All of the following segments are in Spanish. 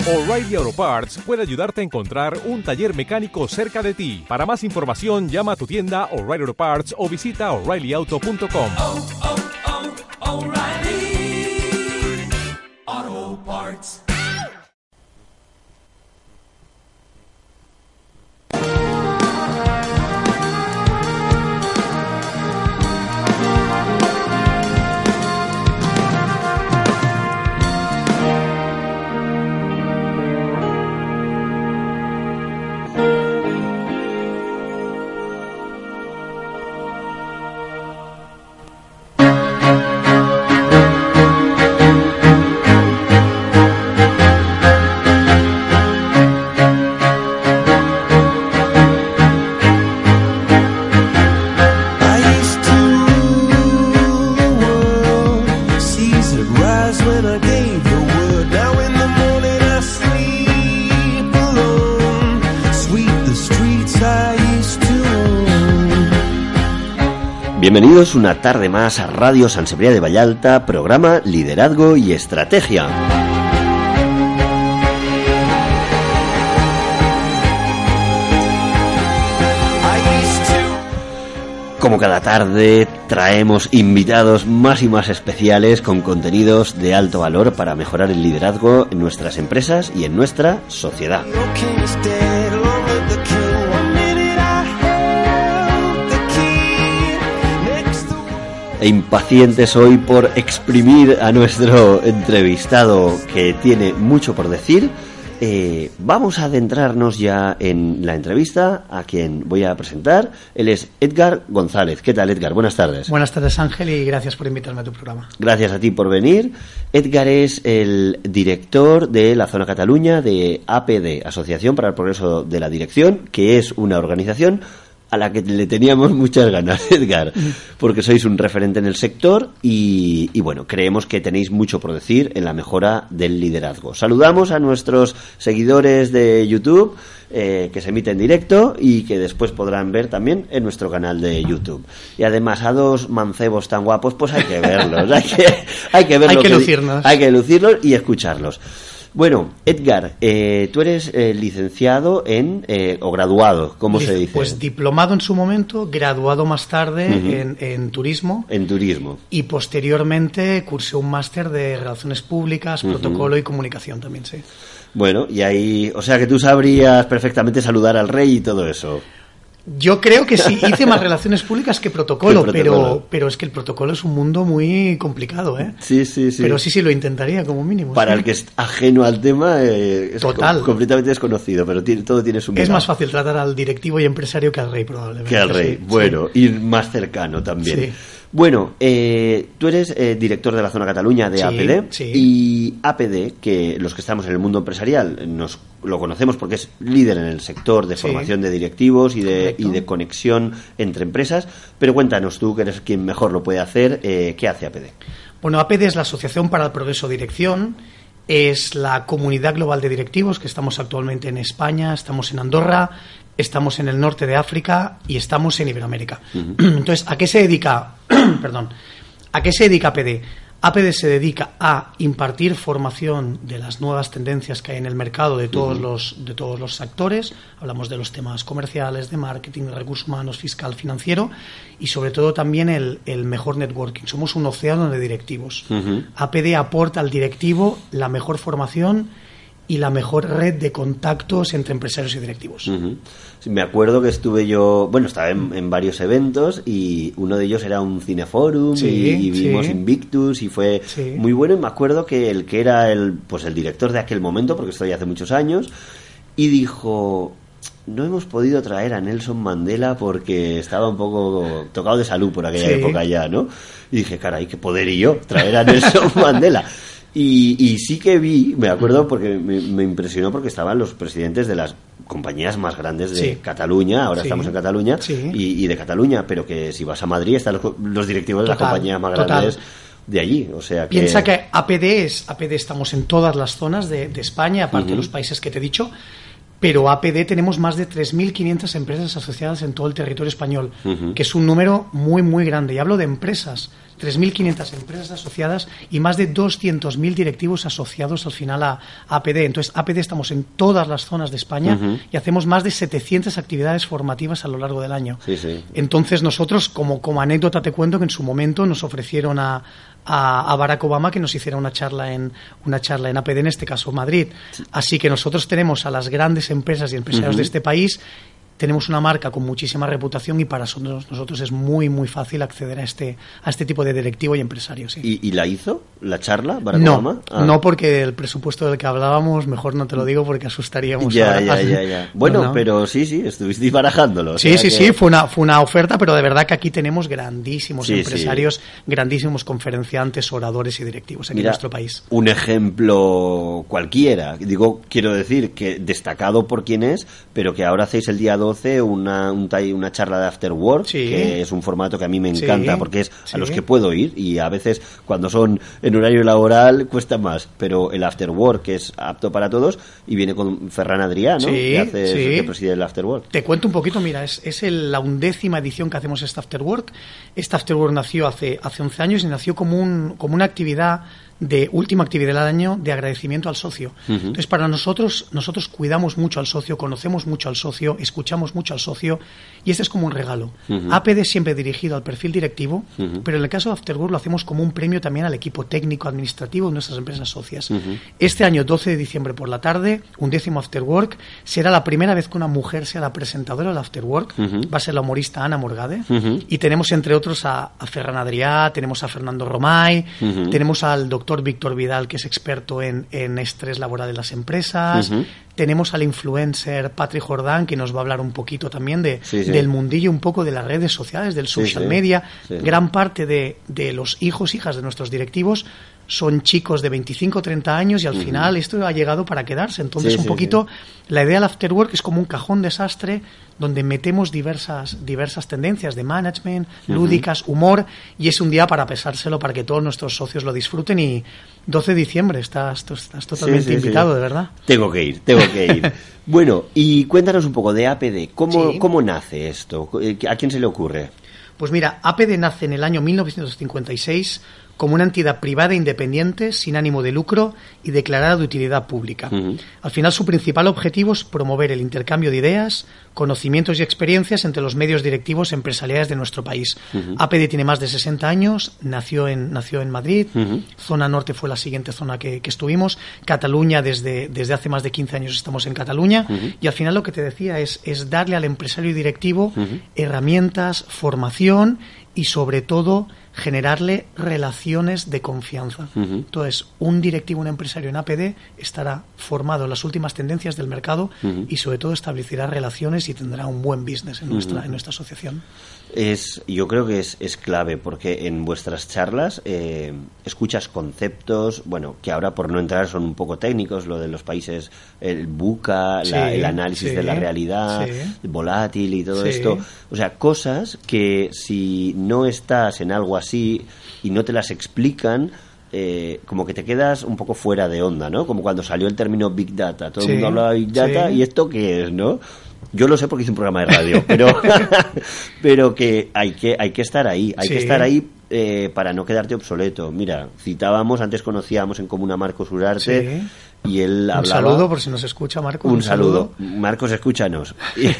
O'Reilly Auto Parts puede ayudarte a encontrar un taller mecánico cerca de ti. Para más información, llama a tu tienda O'Reilly Auto Parts o visita O'ReillyAuto.com. O'Reilly Auto Parts. Bienvenidos una tarde más a Radio Sant Cebrià de Vallalta, programa Liderazgo y Estrategia. Como cada tarde, traemos invitados más y más especiales con contenidos de alto valor para mejorar el liderazgo en nuestras empresas y en nuestra sociedad. E impacientes hoy por exprimir a nuestro entrevistado, que tiene mucho por decir, vamos a adentrarnos ya en la entrevista, a quien voy a presentar. Él es Edgar González. ¿Qué tal, Edgar? Buenas tardes. Buenas tardes, Ángel, y gracias por invitarme a tu programa. Gracias a ti por venir. Edgar es el director de la Zona Cataluña de APD, Asociación para el Progreso de la Dirección, que es una organización a la que le teníamos muchas ganas, Edgar, porque sois un referente en el sector y bueno, creemos que tenéis mucho por decir en la mejora del liderazgo. Saludamos a nuestros seguidores de YouTube, que se emite en directo y que después podrán ver también en nuestro canal de YouTube. Y además a dos mancebos tan guapos, pues hay que verlos, hay que verlos, hay que lucirlos y escucharlos. Bueno, Edgar, tú eres licenciado o graduado, ¿cómo se dice? Pues diplomado en su momento, graduado más tarde en turismo. En turismo. Y posteriormente cursé un máster de Relaciones Públicas, Protocolo y Comunicación también, sí. Bueno, y ahí, o sea que tú sabrías perfectamente saludar al rey y todo eso. Yo creo que sí, hice más relaciones públicas que protocolo, pero es que el protocolo es un mundo muy complicado, ¿eh? Sí. Pero sí lo intentaría como mínimo. Para ¿sí? el que es ajeno al tema, es completamente desconocido, pero todo tiene su mirada. Es más fácil tratar al directivo y empresario que al rey, probablemente. Que al rey, sí, bueno, sí. Y más cercano también. Sí. Bueno, tú eres director de la Zona Cataluña de APD, sí. Y APD, que los que estamos en el mundo empresarial lo conocemos porque es líder en el sector de formación de directivos y de conexión entre empresas, pero cuéntanos tú, que eres quien mejor lo puede hacer, ¿qué hace APD? Bueno, APD es la Asociación para el Progreso de Dirección, es la comunidad global de directivos que estamos actualmente en España, estamos en Andorra, estamos en el norte de África y estamos en Iberoamérica. Entonces, ¿a qué se dedica? ¿A qué se dedica APD? APD se dedica a impartir formación de las nuevas tendencias que hay en el mercado de todos los actores. Hablamos de los temas comerciales, de marketing, de recursos humanos, fiscal, financiero y sobre todo también el mejor networking. Somos un océano de directivos. APD aporta al directivo la mejor formación y la mejor red de contactos entre empresarios y directivos. Sí, me acuerdo que estaba en varios eventos y uno de ellos era un cineforum y vimos Invictus y fue muy bueno, y me acuerdo que el que era el director de aquel momento, porque esto ya hace muchos años, y dijo: no hemos podido traer a Nelson Mandela porque estaba un poco tocado de salud por aquella época ya, ¿no? Y dije, caray, qué poderío traer a Nelson Mandela. Y sí que vi, me acuerdo porque me impresionó, porque estaban los presidentes de las compañías más grandes de Cataluña, ahora estamos en Cataluña, y de Cataluña, pero que si vas a Madrid están los directivos de las compañías más grandes de allí, o sea que... Piensa que APD estamos en todas las zonas de España, aparte de los países que te he dicho, pero APD tenemos más de 3.500 empresas asociadas en todo el territorio español, que es un número muy, muy grande. Y hablo de empresas. 3.500 empresas asociadas y más de 200.000 directivos asociados al final a APD. Entonces, APD estamos en todas las zonas de España y hacemos más de 700 actividades formativas a lo largo del año. Sí, sí. Entonces, nosotros, como anécdota, te cuento que en su momento nos ofrecieron a Barack Obama que nos hiciera una charla en APD, en este caso Madrid. Así que nosotros tenemos a las grandes empresas y empresarios de este país. Tenemos una marca con muchísima reputación y para nosotros es muy, muy fácil acceder a este tipo de directivo y empresario. Sí. ¿Y la hizo? ¿La charla, Barack Obama? No, porque el presupuesto del que hablábamos, mejor no te lo digo porque asustaríamos. Ya. Bueno, no. Pero sí, estuvisteis barajándolo. Sí, fue una oferta, pero de verdad que aquí tenemos grandísimos empresarios, grandísimos conferenciantes, oradores y directivos aquí en nuestro país. Un ejemplo cualquiera, quiero decir que destacado por quién es, pero que ahora hacéis el día 12 una charla de After Work, que es un formato que a mí me encanta porque es a los que puedo ir y a veces cuando son en horario laboral cuesta más, pero el After Work que es apto para todos y viene con Ferran Adrià, ¿no? Que preside el After Work. Te cuento un poquito, mira, es la 11ª edición que hacemos este After Work. Este After Work nació hace 11 años y nació como una actividad última actividad del año de agradecimiento al socio. Entonces, para nosotros cuidamos mucho al socio, conocemos mucho al socio, escuchamos mucho al socio y este es como un regalo. APD siempre dirigido al perfil directivo, pero en el caso de Afterwork lo hacemos como un premio también al equipo técnico administrativo de nuestras empresas socias. Este año, 12 de diciembre por la tarde, 11º Afterwork, será la primera vez que una mujer sea la presentadora del Afterwork. Va a ser la humorista Ana Morgade y tenemos entre otros a Ferran Adrià, tenemos a Fernando Romay, tenemos al doctor Víctor Vidal, que es experto en estrés laboral en las empresas. Tenemos al influencer Patrick Jordán, que nos va a hablar un poquito también del mundillo, un poco de las redes sociales, del social media. Gran parte de los hijas de nuestros directivos son chicos de 25 o 30 años y al final esto ha llegado para quedarse. Entonces, la idea del Afterwork es como un cajón desastre donde metemos diversas tendencias de management, lúdicas, humor, y es un día para pesárselo para que todos nuestros socios lo disfruten. Y 12 de diciembre estás totalmente invitado, de verdad. Tengo que ir. Bueno, y cuéntanos un poco de APD. ¿Cómo nace esto? ¿A quién se le ocurre? Pues mira, APD nace en el año 1956 como una entidad privada independiente, sin ánimo de lucro y declarada de utilidad pública. Al final, su principal objetivo es promover el intercambio de ideas, conocimientos y experiencias entre los medios directivos empresariales de nuestro país. APD tiene más de 60 años, nació en Madrid, zona norte fue la siguiente zona que estuvimos, Cataluña desde hace más de 15 años estamos en Cataluña, y al final lo que te decía es darle al empresario directivo herramientas, formación y sobre todo generarle relaciones de confianza. Entonces, un directivo, un empresario en APD estará formado en las últimas tendencias del mercado y sobre todo establecerá relaciones y tendrá un buen business en nuestra asociación. Yo creo que es clave porque en vuestras charlas escuchas conceptos, que ahora por no entrar son un poco técnicos, lo de los países, el VUCA, el análisis de la realidad, volátil y todo esto. O sea, cosas que si no estás en algo así y no te las explican, como que te quedas un poco fuera de onda, ¿no? Como cuando salió el término Big Data. Todo el mundo hablaba de Big Data y ¿esto qué es, no? Yo lo sé porque hice un programa de radio, pero que hay que estar ahí, que estar ahí para no quedarte obsoleto. Mira, antes conocíamos en común a Marcos Urarte y él hablaba... Un saludo por si nos escucha, Marcos. Un saludo. Marcos, escúchanos.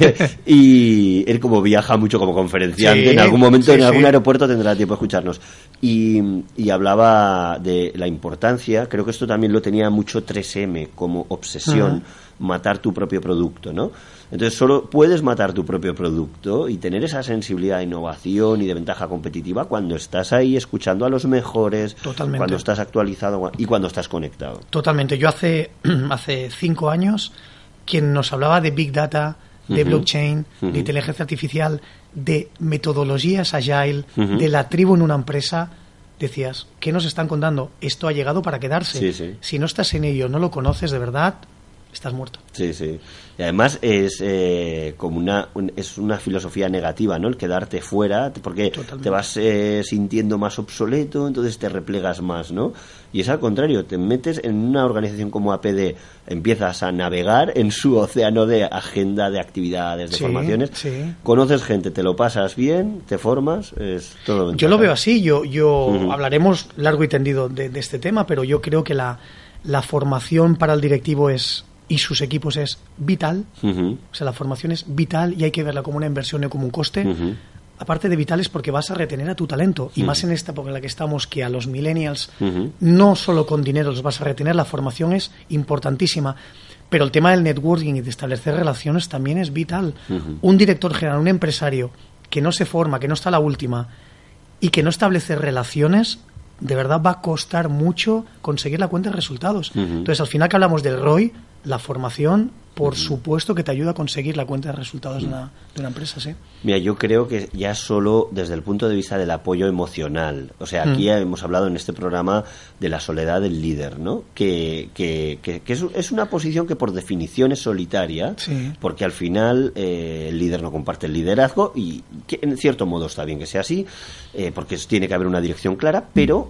Y él como viaja mucho como conferenciante, en algún momento en algún aeropuerto tendrá tiempo de escucharnos. Y hablaba de la importancia, creo que esto también lo tenía mucho 3M como obsesión, matar tu propio producto, ¿no? Entonces solo puedes matar tu propio producto y tener esa sensibilidad de innovación y de ventaja competitiva cuando estás ahí escuchando a los mejores, cuando estás actualizado y cuando estás conectado. Totalmente. Yo hace 5 años, quien nos hablaba de Big Data, de blockchain, de inteligencia artificial, de metodologías agile, de la tribu en una empresa, decías, ¿qué nos están contando? Esto ha llegado para quedarse. Si no estás en ello, no lo conoces de verdad, estás muerto. Sí, sí. Y además es como es una filosofía negativa, ¿no? El quedarte fuera, porque Totalmente. te vas sintiendo más obsoleto, entonces te replegas más, ¿no? Y es al contrario, te metes en una organización como APD, empiezas a navegar en su océano de agenda, de actividades, de Sí, formaciones, sí. conoces gente, te lo pasas bien, te formas, es todo. Yo lo veo así, yo Ujú. hablaremos largo y tendido de este tema, pero yo creo que la formación para el directivo y sus equipos es vital. Ujú, O sea, la formación es vital y hay que verla como una inversión y como un coste. ujú. Aparte de vital es porque vas a retener a tu talento. Y más en esta época en la que estamos, que a los millennials Ujú. no solo con dinero los vas a retener, la formación es importantísima. Pero el tema del networking y de establecer relaciones también es vital. Ujú. Un director general, un empresario que no se forma, que no está a la última y que no establece relaciones, de verdad va a costar mucho conseguir la cuenta de resultados. Ujú. Entonces, al final que hablamos del ROI, la formación, por supuesto que te ayuda a conseguir la cuenta de resultados de una empresa, ¿sí? Mira, yo creo que ya solo desde el punto de vista del apoyo emocional, o sea, aquí hemos hablado en este programa de la soledad del líder, ¿no? Que es una posición que por definición es solitaria, Sí. porque al final el líder no comparte el liderazgo y que en cierto modo está bien que sea así, porque tiene que haber una dirección clara, pero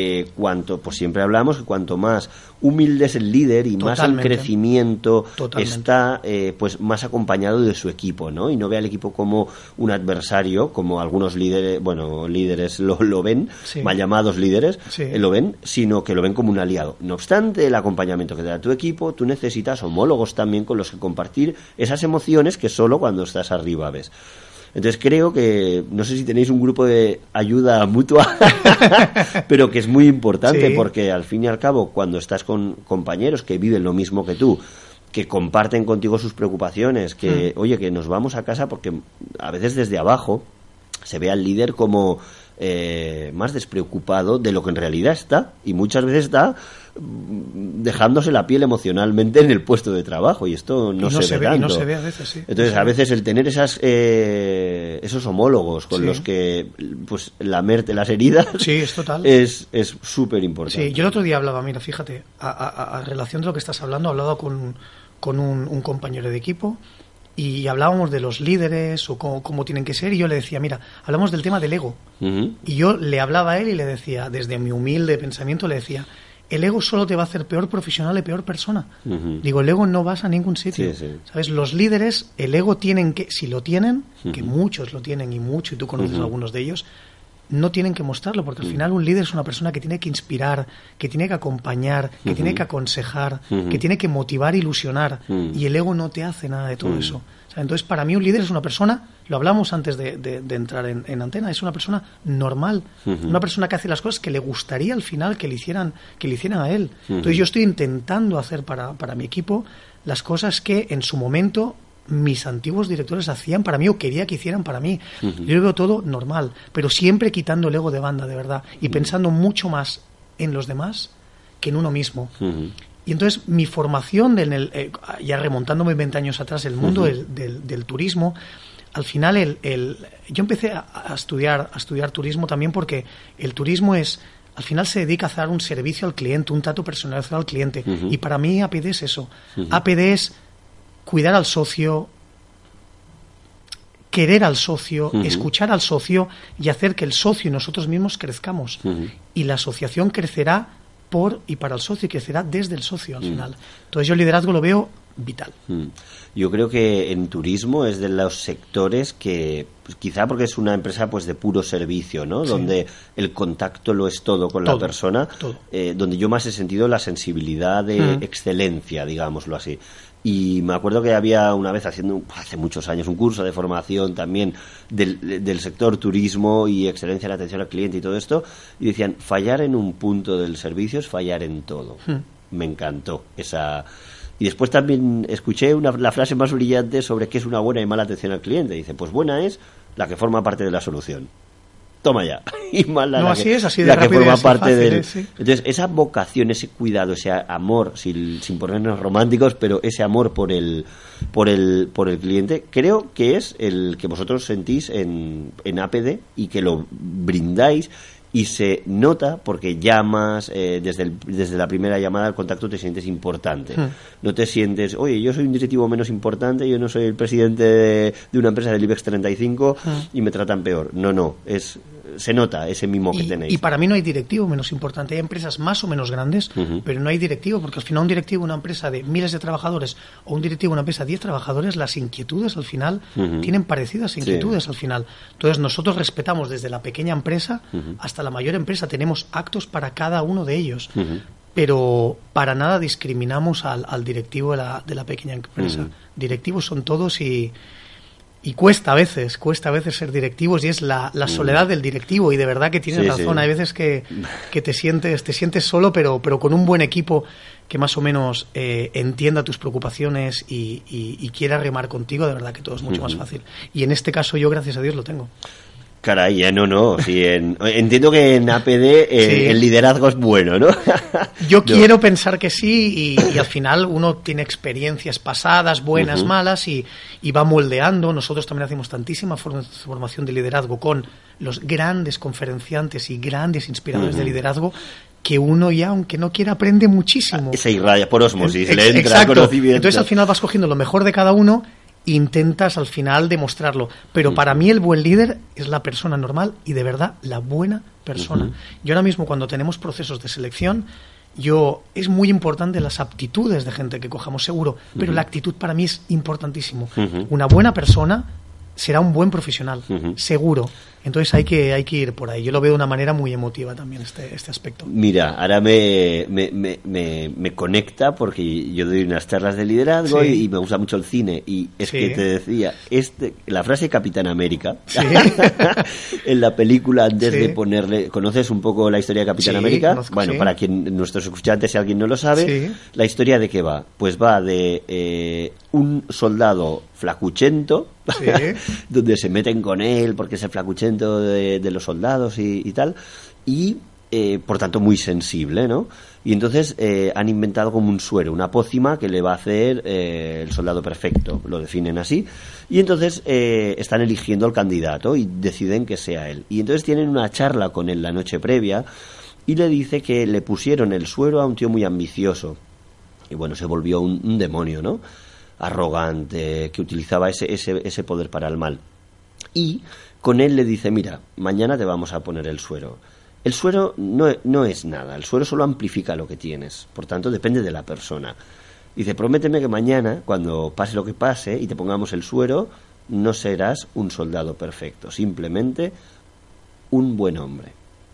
pues siempre hablamos que cuanto más humilde es el líder y más el Totalmente. crecimiento Totalmente. está pues más acompañado de su equipo, ¿no? Y no ve al equipo como un adversario, como algunos líderes lo ven, Sí. mal llamados líderes, Sí. lo ven, sino que lo ven como un aliado. No obstante, el acompañamiento que te da tu equipo, tú necesitas homólogos también con los que compartir esas emociones que solo cuando estás arriba ves. Entonces creo que, no sé si tenéis un grupo de ayuda mutua, pero que es muy importante Sí. porque al fin y al cabo, cuando estás con compañeros que viven lo mismo que tú, que comparten contigo sus preocupaciones, que, oye, que nos vamos a casa porque a veces desde abajo se ve al líder como más despreocupado de lo que en realidad está, y muchas veces está dejándose la piel emocionalmente en el puesto de trabajo, y esto no se ve y tanto. no se ve a veces, sí. Entonces, No se a ve. veces el tener esos homólogos con Sí. los que pues lamerte las heridas Sí, es total. es súper importante. Sí, yo el otro día hablaba, mira, fíjate, a relación de lo que estás hablando, hablaba con un compañero de equipo y hablábamos de los líderes o cómo tienen que ser, y yo le decía, mira, hablamos del tema del ego. Ujú. Y yo le hablaba a él y le decía, desde mi humilde pensamiento, le decía, el ego solo te va a hacer peor profesional y peor persona. Ujú. Digo, el ego no vas a ningún sitio. Sí, sí. ¿Sabes? Los líderes, el ego tienen que, si lo tienen, que Ujú. muchos lo tienen y mucho, y tú conoces Ujú. algunos de ellos, no tienen que mostrarlo, porque al final un líder es una persona que tiene que inspirar, que tiene que acompañar, que Ujú. tiene que aconsejar, Ujú. que tiene que motivar, ilusionar, y el ego no te hace nada de todo eso. O sea, entonces, para mí un líder es una persona, lo hablamos antes de entrar en antena, es una persona normal, Ujú. una persona que hace las cosas que le gustaría al final que le hicieran a él. Ujú. Entonces yo estoy intentando hacer para mi equipo las cosas que en su momento mis antiguos directores hacían para mí o quería que hicieran para mí. Yo lo veo todo normal, pero siempre quitando el ego de banda, de verdad, y pensando mucho más en los demás que en uno mismo. Ujú. Y entonces mi formación, ya remontándome 20 años atrás, el mundo del turismo, al final yo empecé a estudiar turismo también porque el turismo al final se dedica a hacer un servicio al cliente, un trato personalizado al cliente. Ujú. Y para mí APD es eso. APD es cuidar al socio, querer al socio, Ujú. escuchar al socio y hacer que el socio y nosotros mismos crezcamos. Ujú. Y la asociación crecerá por y para el socio, y crecerá desde el socio al final. Entonces yo el liderazgo lo veo vital. Mm. Yo creo que en turismo es de los sectores que, pues, quizá porque es una empresa pues de puro servicio, ¿no? Sí. Donde el contacto lo es todo con la Todo, persona, todo. donde yo más he sentido la sensibilidad de excelencia, digámoslo así. Y me acuerdo que había una vez haciendo, hace muchos años, un curso de formación también del sector turismo y excelencia en la atención al cliente y todo esto, y decían, fallar en un punto del servicio es fallar en todo. Me encantó esa... Y después también escuché la frase más brillante sobre qué es una buena y mala atención al cliente. Dice, pues buena es la que forma parte de la solución. Toma ya. Y mala No, la así que, es, así de la que rápido y forma así parte fácil, del... sí. Entonces, esa vocación, ese cuidado, ese amor, sin ponernos románticos, pero ese amor por el cliente, creo que es el que vosotros sentís en APD y que lo brindáis. Y se nota porque llamas, desde la primera llamada al contacto te sientes importante. No te sientes, oye, yo soy un directivo menos importante, yo no soy el presidente de una empresa del IBEX 35 y me tratan peor. No, se nota ese mimo que tenéis. Y para mí no hay directivo menos importante. Hay empresas más o menos grandes, pero no hay directivo, porque al final un directivo de una empresa de miles de trabajadores o un directivo de una empresa de 10 trabajadores, las inquietudes al final tienen parecidas inquietudes al final. Entonces nosotros respetamos desde la pequeña empresa hasta la mayor empresa. Tenemos actos para cada uno de ellos. Pero para nada discriminamos al directivo de la pequeña empresa. Directivos son todos y cuesta a veces ser directivos, y es la soledad del directivo, y de verdad que tienes razón. Hay veces que te sientes solo, pero con un buen equipo que más o menos entienda tus preocupaciones y quiera remar contigo, de verdad que todo es mucho más fácil. Y en este caso yo, gracias a Dios, lo tengo. Caray, no. Sí, entiendo que en APD el liderazgo es bueno, ¿no? Yo quiero pensar que sí, y al final uno tiene experiencias pasadas, buenas, malas, y va moldeando. Nosotros también hacemos tantísima formación de liderazgo con los grandes conferenciantes y grandes inspiradores de liderazgo, que uno ya, aunque no quiera, aprende muchísimo. Se irradia por osmosis, le entra conocimiento. Entonces al final vas cogiendo lo mejor de cada uno, intentas al final demostrarlo, pero para mí el buen líder es la persona normal y de verdad la buena persona. Yo ahora mismo, cuando tenemos procesos de selección, es muy importante las aptitudes de gente que cojamos, seguro, pero la actitud para mí es importantísimo. Una buena persona será un buen profesional, seguro. Entonces hay que ir por ahí. Yo lo veo de una manera muy emotiva también, este aspecto. Mira, ahora me conecta, porque yo doy unas charlas de liderazgo y me gusta mucho el cine, y es que te decía, la frase Capitán América, en la película, antes de ponerle... ¿Conoces un poco la historia de Capitán América? Conozco, bueno, para nuestros escuchantes, si alguien no lo sabe, la historia ¿de qué va? Pues va de un soldado flacuchento, donde se meten con él porque es el flacuchento de los soldados y tal, y por tanto muy sensible, ¿no? Y entonces han inventado como un suero, una pócima que le va a hacer el soldado perfecto, lo definen así, y entonces están eligiendo al candidato y deciden que sea él. Y entonces tienen una charla con él la noche previa y le dice que le pusieron el suero a un tío muy ambicioso, y bueno, se volvió un demonio, ¿no? Arrogante, que utilizaba ese poder para el mal. Y con él le dice, mira, mañana te vamos a poner el suero. El suero no es nada, el suero solo amplifica lo que tienes, por tanto depende de la persona. Dice, prométeme que mañana, cuando pase lo que pase y te pongamos el suero, no serás un soldado perfecto, simplemente un buen hombre.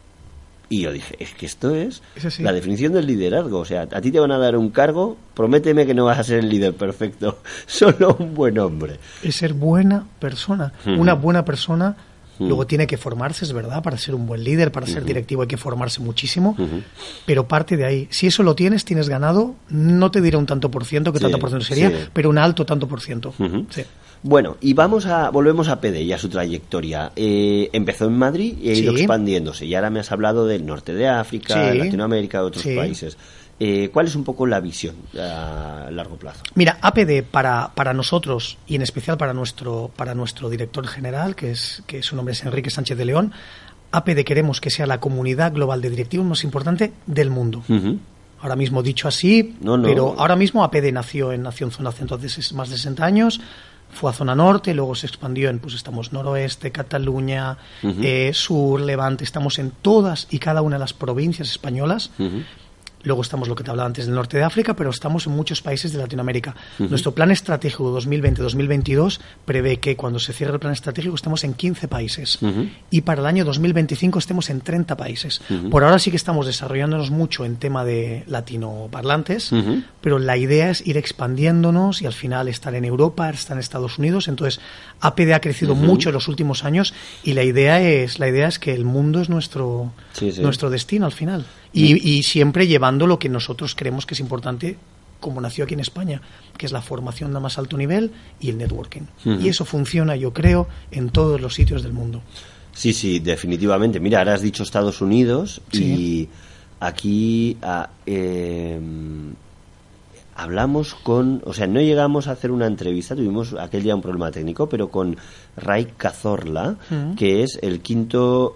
Y yo dije, es que esto es la definición del liderazgo. O sea, a ti te van a dar un cargo, prométeme que no vas a ser el líder perfecto, solo un buen hombre. Es ser buena persona. Una buena persona luego tiene que formarse, es verdad, para ser un buen líder, para ser directivo hay que formarse muchísimo, pero parte de ahí. Si eso lo tienes ganado, no te diré un tanto por ciento, que tanto por ciento sería, pero un alto tanto por ciento. Sí. Bueno, y volvemos a PD y a su trayectoria. Empezó en Madrid y ha ido expandiéndose. Y ahora me has hablado del norte de África, Latinoamérica, otros países. ¿Cuál es un poco la visión a largo plazo? Mira, APD para nosotros, y en especial para nuestro director general, que su nombre es Enrique Sánchez de León, APD queremos que sea la comunidad global de directivos más importante del mundo. Ahora mismo dicho así, pero ahora mismo APD nació en Zona Centro hace más de 60 años, fue a Zona Norte, luego se expandió pues estamos noroeste, Cataluña, sur, Levante, estamos en todas y cada una de las provincias españolas. Luego estamos, lo que te hablaba antes, del norte de África, pero estamos en muchos países de Latinoamérica. Nuestro plan estratégico 2020-2022 prevé que cuando se cierre el plan estratégico estemos en 15 países y para el año 2025 estemos en 30 países. Por ahora sí que estamos desarrollándonos mucho en tema de latinoparlantes, pero la idea es ir expandiéndonos y al final estar en Europa, estar en Estados Unidos. Entonces, APD ha crecido mucho en los últimos años y la idea es que el mundo es nuestro destino al final. Y siempre llevando lo que nosotros creemos que es importante, como nació aquí en España, que es la formación de más alto nivel y el networking. Y eso funciona, yo creo, en todos los sitios del mundo. Sí, definitivamente. Mira, ahora has dicho Estados Unidos y aquí hablamos o sea, no llegamos a hacer una entrevista, tuvimos aquel día un problema técnico, pero con Ray Cazorla, que es el quinto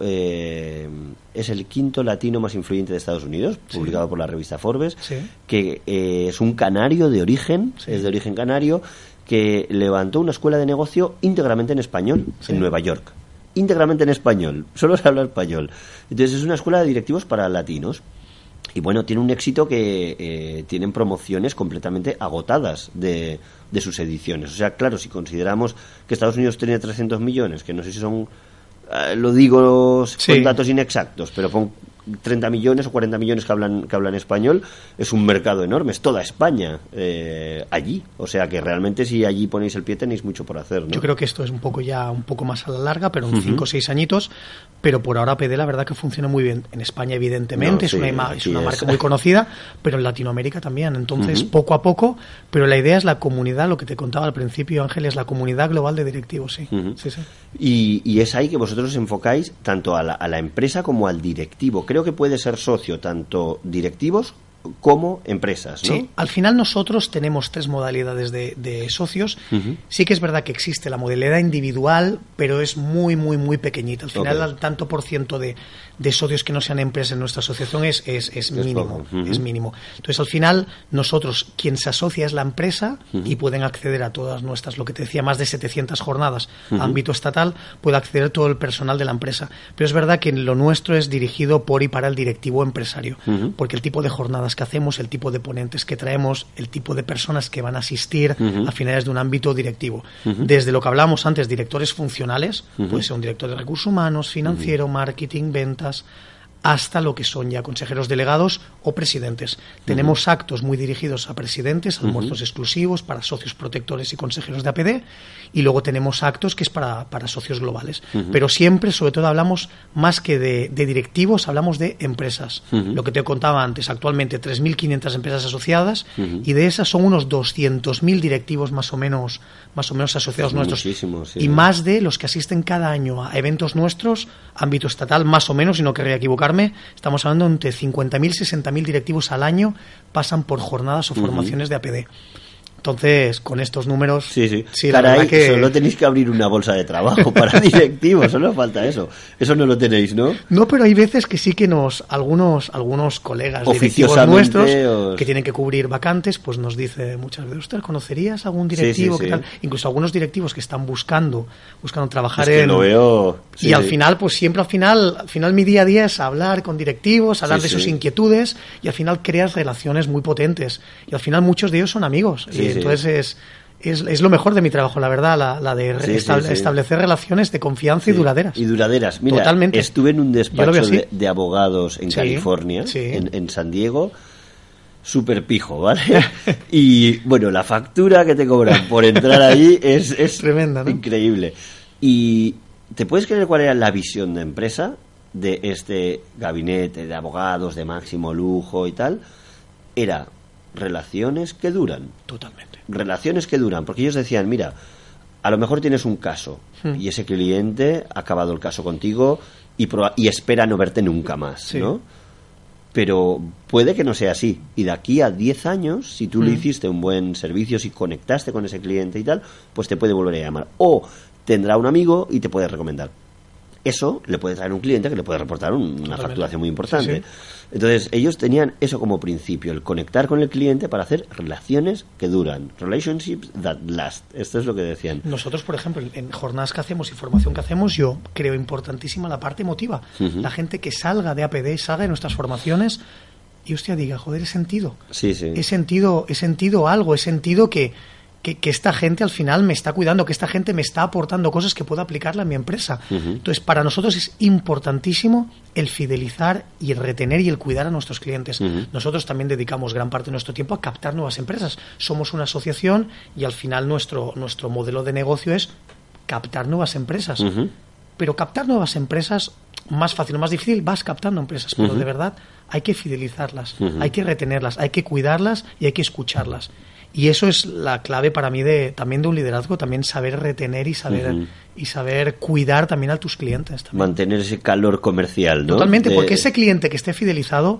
latino más influyente de Estados Unidos, publicado por la revista Forbes, que es un canario de origen, es de origen canario, que levantó una escuela de negocio íntegramente en español en Nueva York. Íntegramente en español, solo se habla español. Entonces es una escuela de directivos para latinos. Y bueno, tiene un éxito que tienen promociones completamente agotadas de sus ediciones. O sea, claro, si consideramos que Estados Unidos tiene 300 millones, que no sé si son, lo digo con datos inexactos, pero pon 30 millones o 40 millones que hablan español, es un mercado enorme, es toda España allí. O sea que realmente si allí ponéis el pie tenéis mucho por hacer, ¿no? Yo creo que esto es un poco más a la larga, pero en 5 o 6 añitos. Pero por ahora APD la verdad que funciona muy bien. En España evidentemente es una marca muy conocida, pero en Latinoamérica también. Entonces poco a poco, pero la idea es la comunidad, lo que te contaba al principio, Ángel, es la comunidad global de directivos, sí. Y es ahí que vosotros os enfocáis tanto a la empresa como al directivo. Creo que puede ser socio tanto directivos como empresas, ¿no? Sí, al final nosotros tenemos 3 modalidades de socios. Sí que es verdad que existe la modalidad individual, pero es muy, muy, muy pequeñita. Al final, el tanto por ciento de socios que no sean empresas en nuestra asociación es mínimo. Es mínimo. Entonces, al final, nosotros, quien se asocia es la empresa y pueden acceder a todas nuestras, lo que te decía, más de 700 jornadas a ámbito estatal, puede acceder todo el personal de la empresa. Pero es verdad que lo nuestro es dirigido por y para el directivo empresario, porque el tipo de jornadas que hacemos, el tipo de ponentes que traemos, el tipo de personas que van a asistir a finales de un ámbito directivo. Desde lo que hablábamos antes, directores funcionales, puede ser un director de recursos humanos, financiero, marketing, ventas, hasta lo que son ya consejeros delegados o presidentes. Tenemos actos muy dirigidos a presidentes, almuerzos exclusivos para socios protectores y consejeros de APD, y luego tenemos actos que es para socios globales. Pero siempre, sobre todo, hablamos más que de directivos, hablamos de empresas. Lo que te contaba antes, actualmente 3.500 empresas asociadas, y de esas son unos 200.000 directivos más o menos asociados nuestros. Y más de los que asisten cada año a eventos nuestros, ámbito estatal, más o menos, y no querría equivocarme, estamos hablando entre 50.000 y 60.000 directivos al año pasan por jornadas o formaciones de APD. Entonces, con estos números... Sí, la verdad que... solo tenéis que abrir una bolsa de trabajo para directivos, solo falta eso. Eso no lo tenéis, ¿no? No, pero hay veces que sí que algunos colegas directivos nuestros que tienen que cubrir vacantes, pues nos dice muchas veces, ¿usted conocerías algún directivo? ¿Qué tal? Incluso algunos directivos que están buscando trabajar en... Lo veo... y al final, pues siempre al final mi día a día es hablar con directivos, hablar de sus inquietudes, y al final creas relaciones muy potentes. Y al final muchos de ellos son amigos. Entonces es lo mejor de mi trabajo, la verdad, la de establecer relaciones de confianza y duraderas. Y duraderas. Mira, totalmente. Estuve en un despacho de abogados en California, en San Diego, súper pijo, ¿vale? Y bueno, la factura que te cobran por entrar allí es tremenda, ¿no? Increíble. Y ¿te puedes creer cuál era la visión de empresa de este gabinete de abogados de máximo lujo y tal? Era relaciones que duran. Totalmente. Relaciones que duran, porque ellos decían, mira, a lo mejor tienes un caso y ese cliente ha acabado el caso contigo y espera no verte nunca más, ¿no? Pero puede que no sea así. Y de aquí a 10 años, si tú le hiciste un buen servicio, si conectaste con ese cliente y tal, pues te puede volver a llamar. O tendrá un amigo y te puede recomendar. Eso le puede traer un cliente que le puede reportar una facturación muy importante. Entonces, ellos tenían eso como principio, el conectar con el cliente para hacer relaciones que duran. Relationships that last. Esto es lo que decían. Nosotros, por ejemplo, en jornadas que hacemos y formación que hacemos, yo creo importantísima la parte emotiva. La gente que salga de APD, salga de nuestras formaciones y, hostia, diga, joder, he sentido. He sentido algo, he sentido que esta gente al final me está cuidando, que esta gente me está aportando cosas que puedo aplicarla en mi empresa. Entonces, para nosotros es importantísimo el fidelizar y el retener y el cuidar a nuestros clientes. Nosotros también dedicamos gran parte de nuestro tiempo a captar nuevas empresas. Somos una asociación y al final nuestro modelo de negocio es captar nuevas empresas. Pero captar nuevas empresas, más fácil o más difícil, vas captando empresas, pero de verdad hay que fidelizarlas, hay que retenerlas, hay que cuidarlas y hay que escucharlas. Y eso es la clave para mí también de un liderazgo, también saber retener y saber cuidar también a tus clientes. También. Mantener ese calor comercial, ¿no? Totalmente, porque ese cliente que esté fidelizado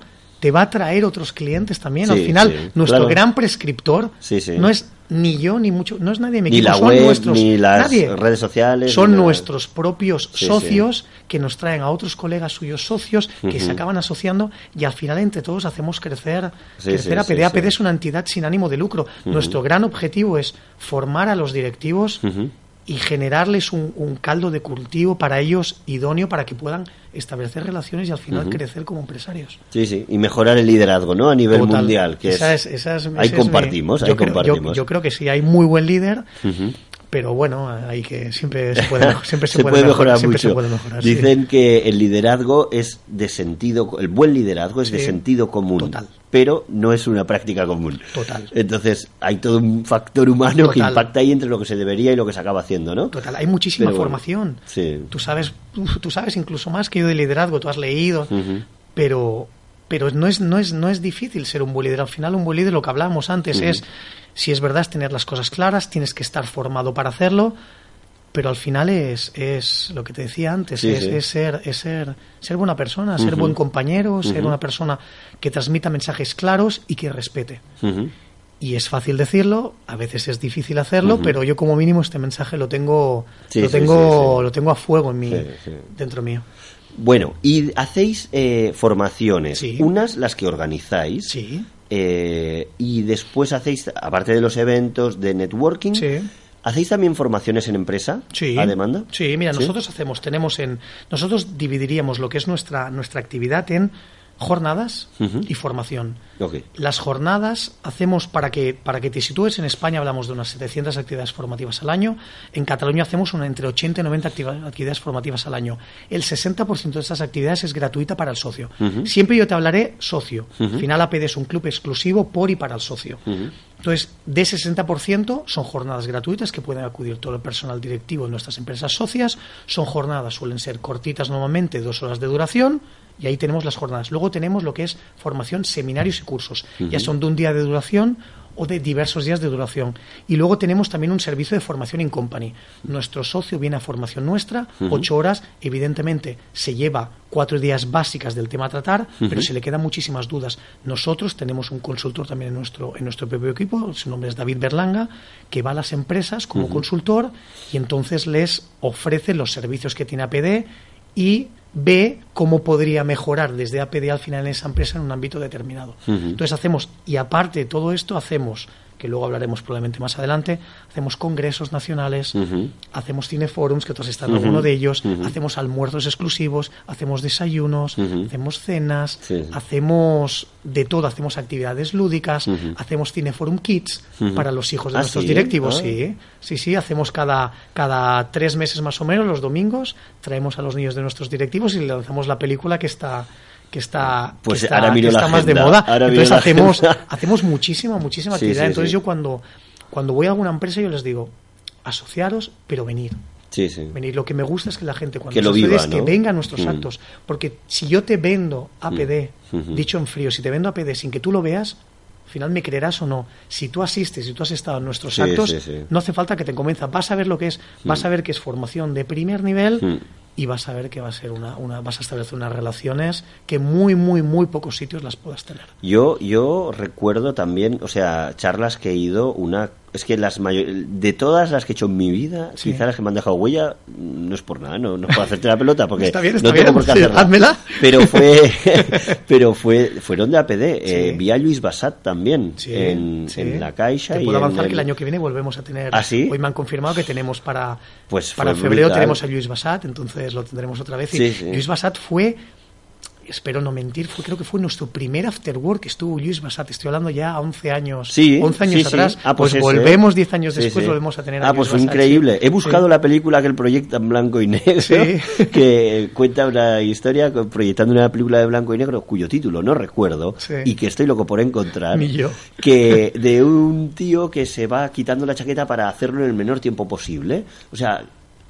te va a traer otros clientes también. Sí, Al final, sí, nuestro claro. gran prescriptor Sí, sí. no es ni yo, ni mucho, no es nadie de mi Ni equipo, la son web, nuestros, ni las nadie. redes sociales. Son ni nada. nuestros propios Sí, socios que nos traen a otros colegas suyos socios que se Ujú. acaban asociando y al final entre todos hacemos crecer, Sí, crecer sí, APD. sí, APD sí. es una entidad sin ánimo de lucro. Nuestro gran objetivo es formar a los directivos Ujú. y generarles un caldo de cultivo para ellos idóneo para que puedan establecer relaciones y al final crecer como empresarios. Sí, sí, y mejorar el liderazgo, ¿no? A nivel Total. mundial, que Esa es... esa es- ahí ese es compartimos, mi- ahí yo creo- compartimos. Yo creo que sí, hay muy buen líder, Ujú. pero bueno, hay que siempre se puede, siempre se puede mejorar siempre mucho. se puede mejorar, sí. Dicen que el liderazgo es de sentido, el buen liderazgo es de Sí. sentido común, Total. pero no es una práctica común. Total. Entonces hay todo un factor humano que Total. impacta ahí entre lo que se debería y lo que se acaba haciendo, ¿no? Total, hay muchísima Pero bueno, formación. sí. Tú sabes incluso más que yo de liderazgo, tú has leído, Ujú. pero no es difícil ser un buen líder. Al final, un buen líder, lo que hablábamos antes, es, si es verdad, es tener las cosas claras, tienes que estar formado para hacerlo, pero al final es lo que te decía antes, Sí, es sí. ser buena persona, ser buen compañero, ser una persona que transmita mensajes claros y que respete. Ujú. Y es fácil decirlo, a veces es difícil hacerlo, pero yo como mínimo este mensaje lo tengo Sí, lo sí, tengo sí, sí. lo tengo a fuego en Sí, sí. dentro mío. Bueno, y hacéis formaciones, Sí. unas las que organizáis, Sí. y después hacéis, aparte de los eventos de networking, Sí. ¿hacéis también formaciones en empresa Sí. a demanda? Sí, mira, ¿Sí? nosotros dividiríamos lo que es nuestra actividad en jornadas Ujú. y formación. Ok. Las jornadas hacemos para que te sitúes en España, hablamos de unas 700 actividades formativas al año. En Cataluña hacemos entre 80 y 90 actividades formativas al año. El 60% de estas actividades es gratuita para el socio. Siempre yo te hablaré socio. Al final APD es un club exclusivo por y para el socio. Entonces, de ese 60% son jornadas gratuitas que pueden acudir todo el personal directivo de nuestras empresas socias. Son jornadas, suelen ser cortitas normalmente, 2 horas de duración. Y ahí tenemos las jornadas. Luego tenemos lo que es formación, seminarios y cursos. Ya son de un día de duración o de diversos días de duración. Y luego tenemos también un servicio de formación in company. Nuestro socio viene a formación nuestra, 8 horas. Evidentemente se lleva 4 días básicas del tema a tratar, pero se le quedan muchísimas dudas. Nosotros tenemos un consultor también en nuestro propio equipo, su nombre es David Berlanga, que va a las empresas como consultor y entonces les ofrece los servicios que tiene APD y ve cómo podría mejorar desde APD al final en esa empresa en un ámbito determinado. Entonces hacemos, y aparte de todo esto, hacemos, que luego hablaremos probablemente más adelante, hacemos congresos nacionales, hacemos cineforums, que todos están en alguno de ellos, hacemos almuerzos exclusivos, hacemos desayunos, hacemos cenas, Sí. hacemos de todo, hacemos actividades lúdicas, hacemos cineforum kids para los hijos de ¿Ah, nuestros sí? directivos, Ah. sí, hacemos cada 3 meses más o menos, los domingos, traemos a los niños de nuestros directivos y le lanzamos la película que está Pues que está, ahora miro que la está más de agenda, moda. ahora miro Entonces la hacemos agenda. muchísima Sí, actividad. sí, Entonces sí. yo cuando voy a alguna empresa yo les digo, asociaros, pero venir. Sí, sí. Venir. Lo que me gusta es que la gente cuando Que lo se asocie viva, es que ¿no? venga a nuestros actos. Porque si yo te vendo APD, dicho en frío, si te vendo APD sin que tú lo veas, al final me creerás o no. Si tú asistes, si tú has estado en nuestros Sí, actos, sí, sí. no hace falta que te convenza. Vas a ver lo que es, vas a ver que es formación de primer nivel y vas a ver que va a ser vas a establecer unas relaciones que muy pocos sitios las puedas tener. Yo recuerdo también, o sea, charlas que he ido, es que de todas las que he hecho en mi vida, Sí. quizás las que me han dejado huella, no es por nada, no puedo hacerte la pelota porque Está bien, no tengo por qué sí, hacerla. házmela. Pero fueron de APD. Sí. Vi a Luis Bassat también Sí, en la Caixa. Te y puedo en avanzar que el año que viene volvemos a tener. ¿Ah, sí? Hoy me han confirmado que tenemos para Pues para fue febrero brutal. tenemos a Luis Bassat, entonces lo tendremos otra vez. Y Sí, sí. Luis Bassat fue, espero no mentir, creo que fue nuestro primer after work que estuvo Luis Bassat. Estoy hablando ya 11 años, Sí, 11 años sí, sí. atrás. Ah, pues ese. volvemos 10 años Sí, después, sí. volvemos a tener a Luis pues fue Bassat, increíble. sí. He buscado Sí. la película que él proyecta en blanco y negro, Sí. que cuenta una historia proyectando una película de blanco y negro cuyo título no recuerdo Sí. y que estoy loco por encontrar. Ni yo. Que de un tío que se va quitando la chaqueta para hacerlo en el menor tiempo posible. O sea,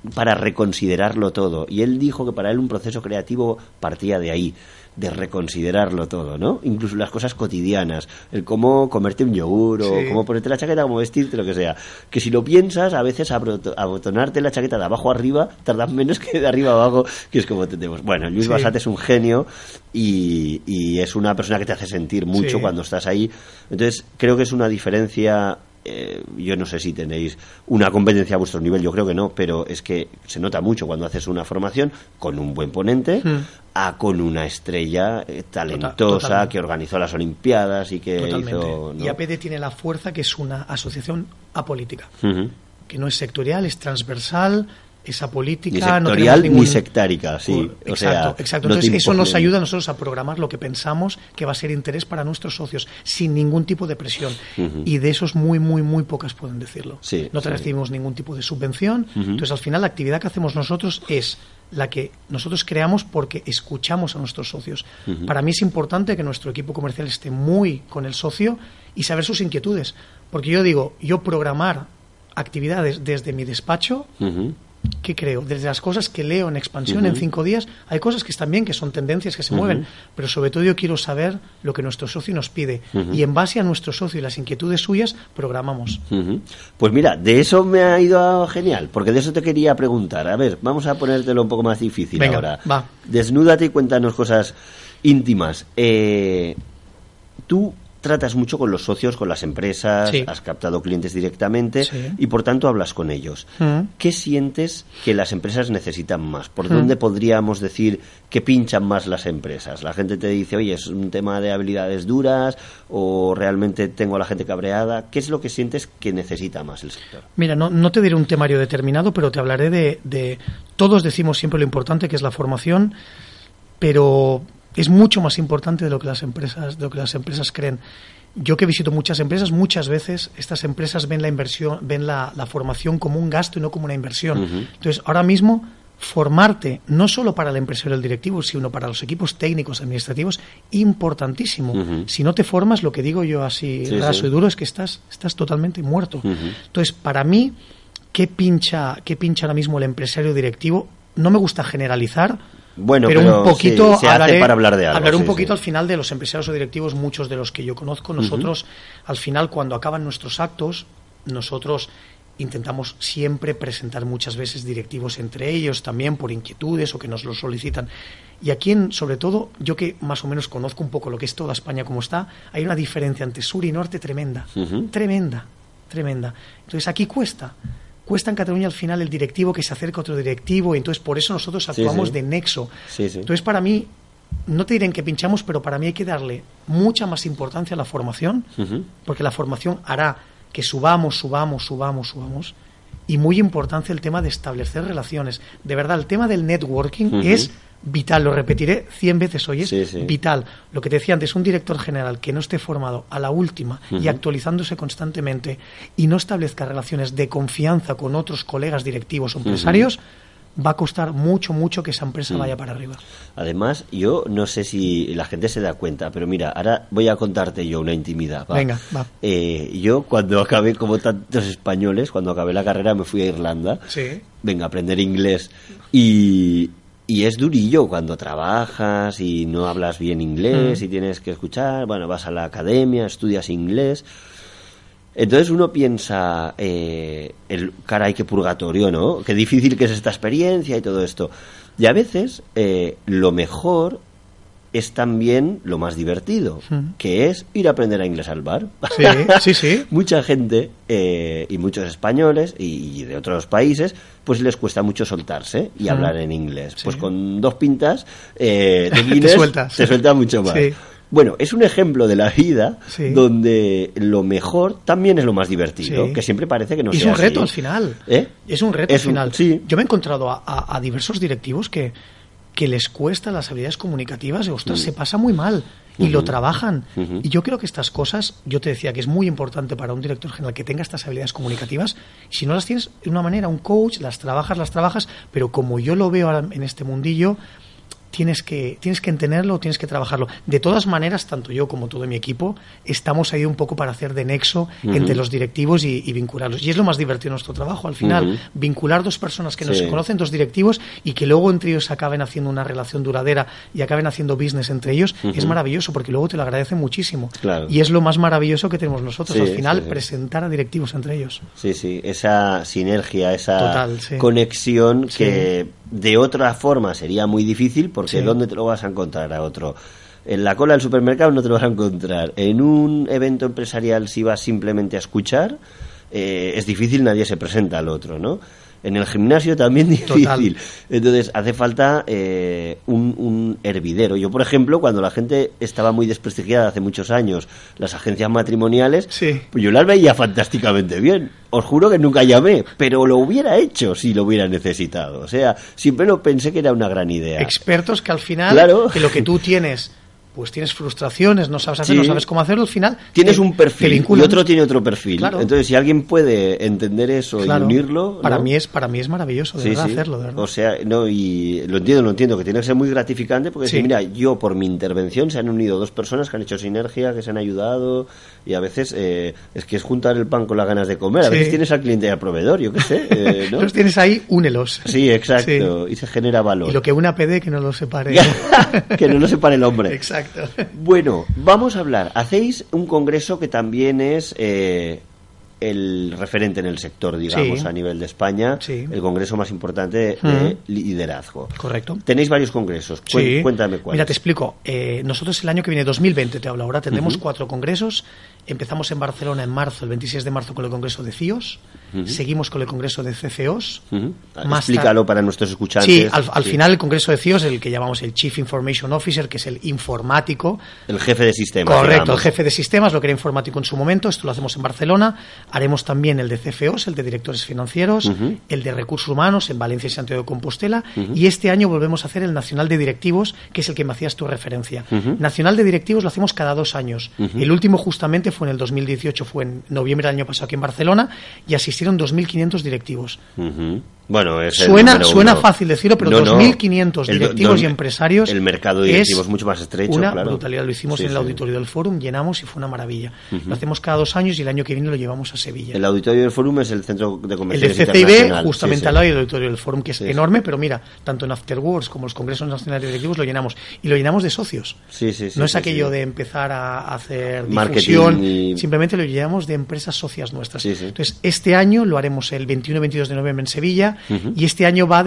para reconsiderarlo todo. Y él dijo que para él un proceso creativo partía de ahí, de reconsiderarlo todo, ¿no? Incluso las cosas cotidianas, el cómo comerte un yogur o cómo ponerte la chaqueta, cómo vestirte, lo que sea. Que si lo piensas, a veces abotonarte la chaqueta de abajo arriba tardas menos que de arriba abajo, que es como tenemos. Bueno, Lluís Bassat es un genio y es una persona que te hace sentir mucho cuando estás ahí. Entonces, creo que es una diferencia. Yo no sé si tenéis una competencia a vuestro nivel, yo creo que no, pero es que se nota mucho cuando haces una formación con un buen ponente a con una estrella talentosa que organizó las Olimpiadas y que hizo, ¿no? Y APD tiene la fuerza que es una asociación apolítica, que no es sectorial, es transversal, es apolítica, ni sectorial ni sectárica, sí. Exacto. Entonces eso nos ayuda a nosotros a programar lo que pensamos que va a ser interés para nuestros socios, sin ningún tipo de presión. Y de esos muy pocas pueden decirlo. No recibimos ningún tipo de subvención. Entonces al final la actividad que hacemos nosotros es la que nosotros creamos porque escuchamos a nuestros socios. Para mí es importante que nuestro equipo comercial esté muy con el socio y saber sus inquietudes. Porque yo programar actividades desde mi despacho, ¿qué creo? Desde las cosas que leo en Expansión en 5 días, hay cosas que están bien, que son tendencias que se mueven, pero sobre todo yo quiero saber lo que nuestro socio nos pide y en base a nuestro socio y las inquietudes suyas, programamos. Pues mira, de eso me ha ido genial, porque de eso te quería preguntar. A ver, vamos a ponértelo un poco más difícil. Venga, ahora. Va. Desnúdate y cuéntanos cosas íntimas. Tú tratas mucho con los socios, con las empresas, has captado clientes directamente y por tanto hablas con ellos. ¿Qué sientes que las empresas necesitan más? ¿Por dónde podríamos decir que pinchan más las empresas? La gente te dice, oye, es un tema de habilidades duras o realmente tengo a la gente cabreada. ¿Qué es lo que sientes que necesita más el sector? Mira, no te diré un temario determinado, pero te hablaré de todos decimos siempre lo importante que es la formación, pero es mucho más importante de lo que las empresas creen. Yo que visito muchas empresas, muchas veces estas empresas ven la inversión, ven la formación como un gasto y no como una inversión. Entonces, ahora mismo formarte no solo para el empresario y el directivo, sino para los equipos técnicos, administrativos, importantísimo. Si no te formas, lo que digo yo así raso y duro es que estás totalmente muerto. Entonces, para mí, ¿qué pincha ahora mismo el empresario directivo? No me gusta generalizar, bueno, pero un poquito se hace para hablar de algo. Hablar un poquito al final de los empresarios o directivos, muchos de los que yo conozco. Nosotros, al final, cuando acaban nuestros actos, nosotros intentamos siempre presentar muchas veces directivos entre ellos, también por inquietudes o que nos lo solicitan. Y aquí, sobre todo, yo que más o menos conozco un poco lo que es toda España como está, hay una diferencia entre sur y norte tremenda. Tremenda. Entonces aquí cuesta en Cataluña al final el directivo que se acerca a otro directivo y entonces por eso nosotros actuamos de nexo. Entonces para mí, no te diré en qué pinchamos, pero para mí hay que darle mucha más importancia a la formación, porque la formación hará que subamos y muy importante el tema de establecer relaciones. De verdad, el tema del networking es vital, lo repetiré 100 veces hoy, es vital. Lo que te decía antes, un director general que no esté formado a la última y actualizándose constantemente y no establezca relaciones de confianza con otros colegas directivos o empresarios, va a costar mucho que esa empresa vaya para arriba. Además, yo no sé si la gente se da cuenta, pero mira, ahora voy a contarte yo una intimidad. ¿Va? Venga, va. Yo cuando acabé, como tantos españoles, cuando acabé la carrera me fui a Irlanda, venga, a aprender inglés y es durillo cuando trabajas y no hablas bien inglés y tienes que escuchar, bueno, vas a la academia, estudias inglés. Entonces uno piensa, caray, qué purgatorio, ¿no? Qué difícil que es esta experiencia y todo esto. Y a veces lo mejor es también lo más divertido, que es ir a aprender a inglés al bar. Sí. Mucha gente y muchos españoles y de otros países, pues les cuesta mucho soltarse y hablar en inglés. Pues con 2 pintas de Guinness te sueltas mucho más. Bueno, es un ejemplo de la vida donde lo mejor también es lo más divertido, que siempre parece que no sea así. Es un reto al final. Es un reto al final. Yo me he encontrado a diversos directivos que les cuesta las habilidades comunicativas y, ostras, se pasa muy mal y lo trabajan. Y yo creo que estas cosas, yo te decía que es muy importante para un director general que tenga estas habilidades comunicativas. Si no las tienes de una manera, un coach, las trabajas, pero como yo lo veo ahora en este mundillo, tienes que entenderlo, tienes que trabajarlo. De todas maneras, tanto yo como todo mi equipo estamos ahí un poco para hacer de nexo entre los directivos y vincularlos. Y es lo más divertido de nuestro trabajo, al final, vincular dos personas que no se conocen, dos directivos, y que luego entre ellos acaben haciendo una relación duradera y acaben haciendo business entre ellos, es maravilloso, porque luego te lo agradecen muchísimo. Claro. Y es lo más maravilloso que tenemos nosotros, al final, sí. presentar a directivos entre ellos. Sí, sí, esa sinergia, esa Total, sí. conexión que de otra forma sería muy difícil, porque ¿dónde te lo vas a encontrar a otro? En la cola del supermercado no te lo vas a encontrar. En un evento empresarial, si vas simplemente a escuchar, es difícil, nadie se presenta al otro, ¿no? En el gimnasio también difícil. Total. Entonces hace falta un hervidero. Yo, por ejemplo, cuando la gente estaba muy desprestigiada hace muchos años, las agencias matrimoniales, pues yo las veía fantásticamente bien. Os juro que nunca llamé, pero lo hubiera hecho si lo hubiera necesitado. O sea, siempre lo pensé que era una gran idea. Expertos que al final, que lo que tú tienes... pues tienes frustraciones, no sabes hacer, no sabes cómo hacerlo, al final... Tienes un perfil y otro tiene otro perfil. Claro. Entonces, si alguien puede entender eso y unirlo... Para mí es maravilloso, de verdad, hacerlo, de verdad. O sea, no, y lo entiendo, que tiene que ser muy gratificante, porque si, mira, yo por mi intervención se han unido dos personas que han hecho sinergia, que se han ayudado, y a veces es que es juntar el pan con las ganas de comer. A veces tienes al cliente y al proveedor, yo qué sé, ¿no? Los tienes ahí, únelos. Sí, exacto, y se genera valor. Y lo que una PD, que no lo separe. Que no lo separe el hombre. Exacto. Bueno, vamos a hablar. Hacéis un congreso que también es el referente en el sector, digamos, a nivel de España, el congreso más importante de liderazgo. Correcto. Tenéis varios congresos. Cuéntame cuáles. Mira, te explico. Nosotros el año que viene, 2020, te hablo ahora, tendremos 4 congresos. Empezamos en Barcelona en marzo, el 26 de marzo, con el congreso de CIOs. Seguimos con el congreso de CFOs. Explícalo para nuestros escuchantes. Sí, al final el congreso de CIOs, el que llamamos el Chief Information Officer, que es el informático. El jefe de sistemas. Correcto, digamos. El jefe de sistemas, lo que era informático en su momento. Esto lo hacemos en Barcelona. Haremos también el de CFOs, el de directores financieros, el de recursos humanos en Valencia y Santiago de Compostela. Y este año volvemos a hacer el Nacional de Directivos, que es el que me hacías tu referencia. Nacional de Directivos lo hacemos cada 2 años. El último justamente fue en el 2018, fue en noviembre del año pasado aquí en Barcelona, y asistieron 2.500 directivos. Bueno, suena fácil decirlo, pero 2.500 directivos y empresarios. El mercado de directivos es mucho más estrecho. Una brutalidad. Lo hicimos en el auditorio del Fórum, llenamos y fue una maravilla. Lo hacemos cada 2 años y el año que viene lo llevamos a Sevilla. El auditorio del Fórum es el centro de convenciones internacional. El de CCIB, justamente al lado del auditorio del Fórum, que es enorme, pero mira, tanto en Afterworks como los congresos nacionales de directivos lo llenamos. Y lo llenamos de socios. No es aquello de empezar a hacer difusión, simplemente lo llenamos de empresas socias nuestras. Entonces, este año lo haremos el 21 y 22 de noviembre en Sevilla, y este año va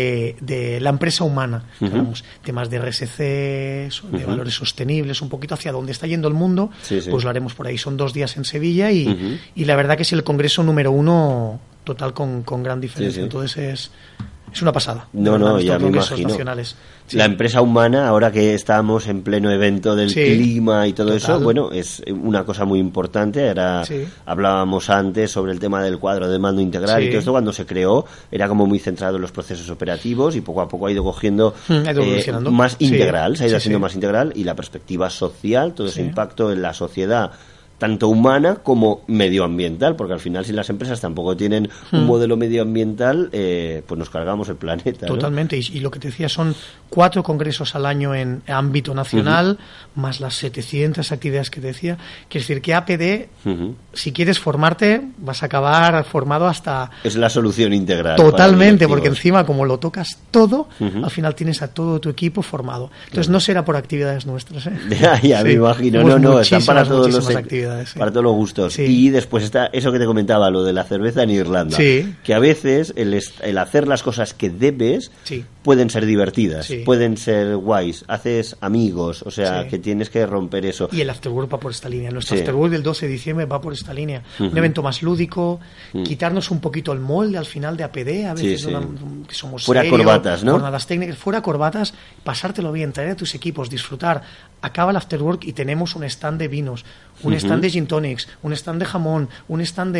de la empresa humana. Hablamos temas de RSC, de valores sostenibles, un poquito hacia dónde está yendo el mundo, pues lo haremos por ahí. Son 2 días en Sevilla y la verdad que es el congreso número 1 total con gran diferencia. Entonces es una pasada. No, ya me imagino. La empresa humana, ahora que estamos en pleno evento del clima y todo eso, bueno, es una cosa muy importante. Ahora hablábamos antes sobre el tema del cuadro de mando integral y todo esto, cuando se creó era como muy centrado en los procesos operativos y poco a poco ha ido cogiendo más integral, se ha ido haciendo más integral, y la perspectiva social, todo ese impacto en la sociedad, tanto humana como medioambiental, porque al final si las empresas tampoco tienen un modelo medioambiental, pues nos cargamos el planeta. Totalmente, ¿no? Y lo que te decía, son 4 congresos al año en ámbito nacional, más las 700 actividades que te decía. Quiere decir que APD, si quieres formarte, vas a acabar formado hasta... Es la solución integral. Totalmente, porque encima como lo tocas todo, al final tienes a todo tu equipo formado. Entonces no será por actividades nuestras. Ya me imagino. No, están para todos los actividades. Para todos los gustos. Y después está eso que te comentaba, lo de la cerveza en Irlanda, que a veces el hacer las cosas que debes pueden ser divertidas, pueden ser guays, haces amigos, o sea, que tienes que romper eso. Y el Afterwork va por esta línea. Nuestro Afterwork del 12 de diciembre va por esta línea. Un evento más lúdico, quitarnos un poquito el molde al final de APD, a veces que somos fuera serios, corbatas, ¿no? Jornadas técnicas, fuera corbatas, pasártelo bien, traer a tus equipos, disfrutar. Acaba el Afterwork y tenemos un stand de vinos, un stand de gin tonics, un stand de jamón, un stand de...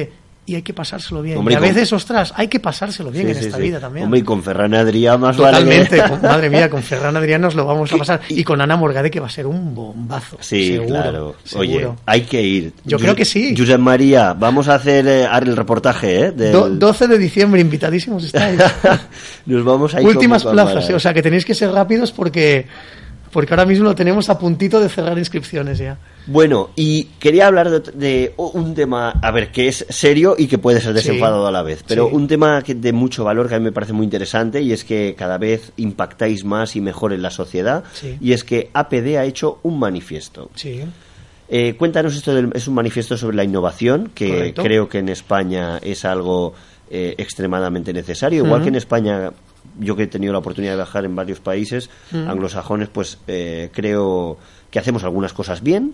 y hay que pasárselo bien. Hombre, y a veces, ostras, hay que pasárselo bien en esta vida también. Hombre, y con Ferran Adrià más Totalmente, vale que... madre mía, con Ferran Adrià nos lo vamos a pasar. Y con Ana Morgade, que va a ser un bombazo. Sí, seguro, claro. seguro. Oye, hay que ir. Yo creo que sí. Josep María, vamos a hacer el reportaje, ¿eh? 12 de diciembre, invitadísimos estáis. Nos vamos a ir Últimas con plazas, o sea que tenéis que ser rápidos porque ahora mismo lo tenemos a puntito de cerrar inscripciones ya. Bueno, y quería hablar de un tema, a ver, que es serio y que puede ser desenfadado a la vez, pero un tema de mucho valor que a mí me parece muy interesante, y es que cada vez impactáis más y mejor en la sociedad, y es que APD ha hecho un manifiesto. Sí. Cuéntanos esto, es un manifiesto sobre la innovación, que Correcto. creo que en España es algo extremadamente necesario, igual que en España. Yo que he tenido la oportunidad de viajar en varios países anglosajones, pues creo que hacemos algunas cosas bien.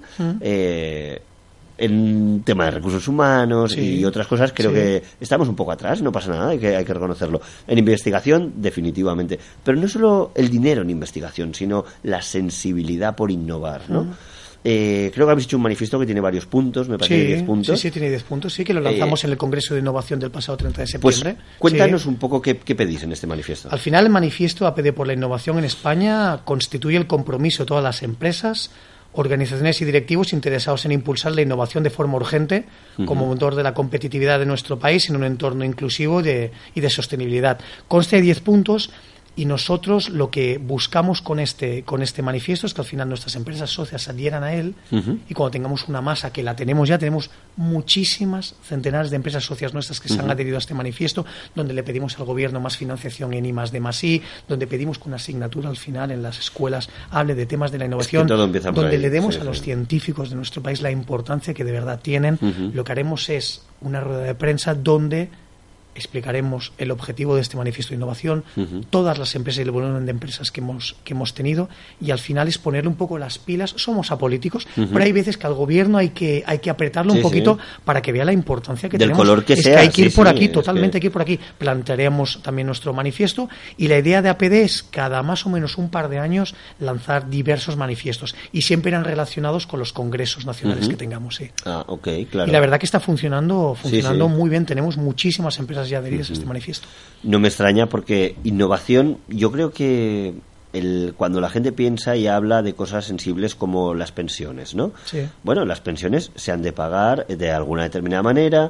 En tema de recursos humanos y otras cosas creo que estamos un poco atrás, no pasa nada, hay que reconocerlo. En investigación, definitivamente. Pero no solo el dinero en investigación, sino la sensibilidad por innovar, ¿no? Creo que habéis hecho un manifiesto que tiene varios puntos, me parece que 10 puntos. Sí, tiene 10 puntos, sí, que lo lanzamos en el Congreso de Innovación del pasado 30 de Pues septiembre. cuéntanos un poco qué pedís en este manifiesto. Al final, el manifiesto APD por la innovación en España constituye el compromiso de todas las empresas, organizaciones y directivos interesados en impulsar la innovación de forma urgente como motor de la competitividad de nuestro país en un entorno inclusivo y de sostenibilidad. Consta de 10 puntos. Y nosotros lo que buscamos con este manifiesto es que al final nuestras empresas socias se adhieran a él y cuando tengamos una masa, que la tenemos ya, tenemos muchísimas centenares de empresas socias nuestras que se han adherido a este manifiesto, donde le pedimos al gobierno más financiación en I+D+I, donde pedimos que una asignatura al final en las escuelas hable de temas de la innovación, es que todo empieza por donde ahí. le demos a los científicos de nuestro país la importancia que de verdad tienen. Lo que haremos es una rueda de prensa donde explicaremos el objetivo de este manifiesto de innovación, todas las empresas y el volumen de empresas que hemos tenido, y al final es ponerle un poco las pilas. Somos apolíticos, pero hay veces que al gobierno hay que apretarlo un poquito para que vea la importancia que del tenemos. color que es sea, que hay que ir por aquí, es totalmente que... hay que ir por aquí. Plantearemos también nuestro manifiesto, y la idea de APD es cada más o menos un par de años lanzar diversos manifiestos, y siempre irán relacionados con los congresos nacionales que tengamos. Ah, ok, claro. Y la verdad que está funcionando muy bien. Tenemos muchísimas empresas ya adheridas a este manifiesto. No me extraña, porque innovación, yo creo que cuando la gente piensa y habla de cosas sensibles como las pensiones, ¿no? Sí. Bueno, las pensiones se han de pagar de alguna determinada manera.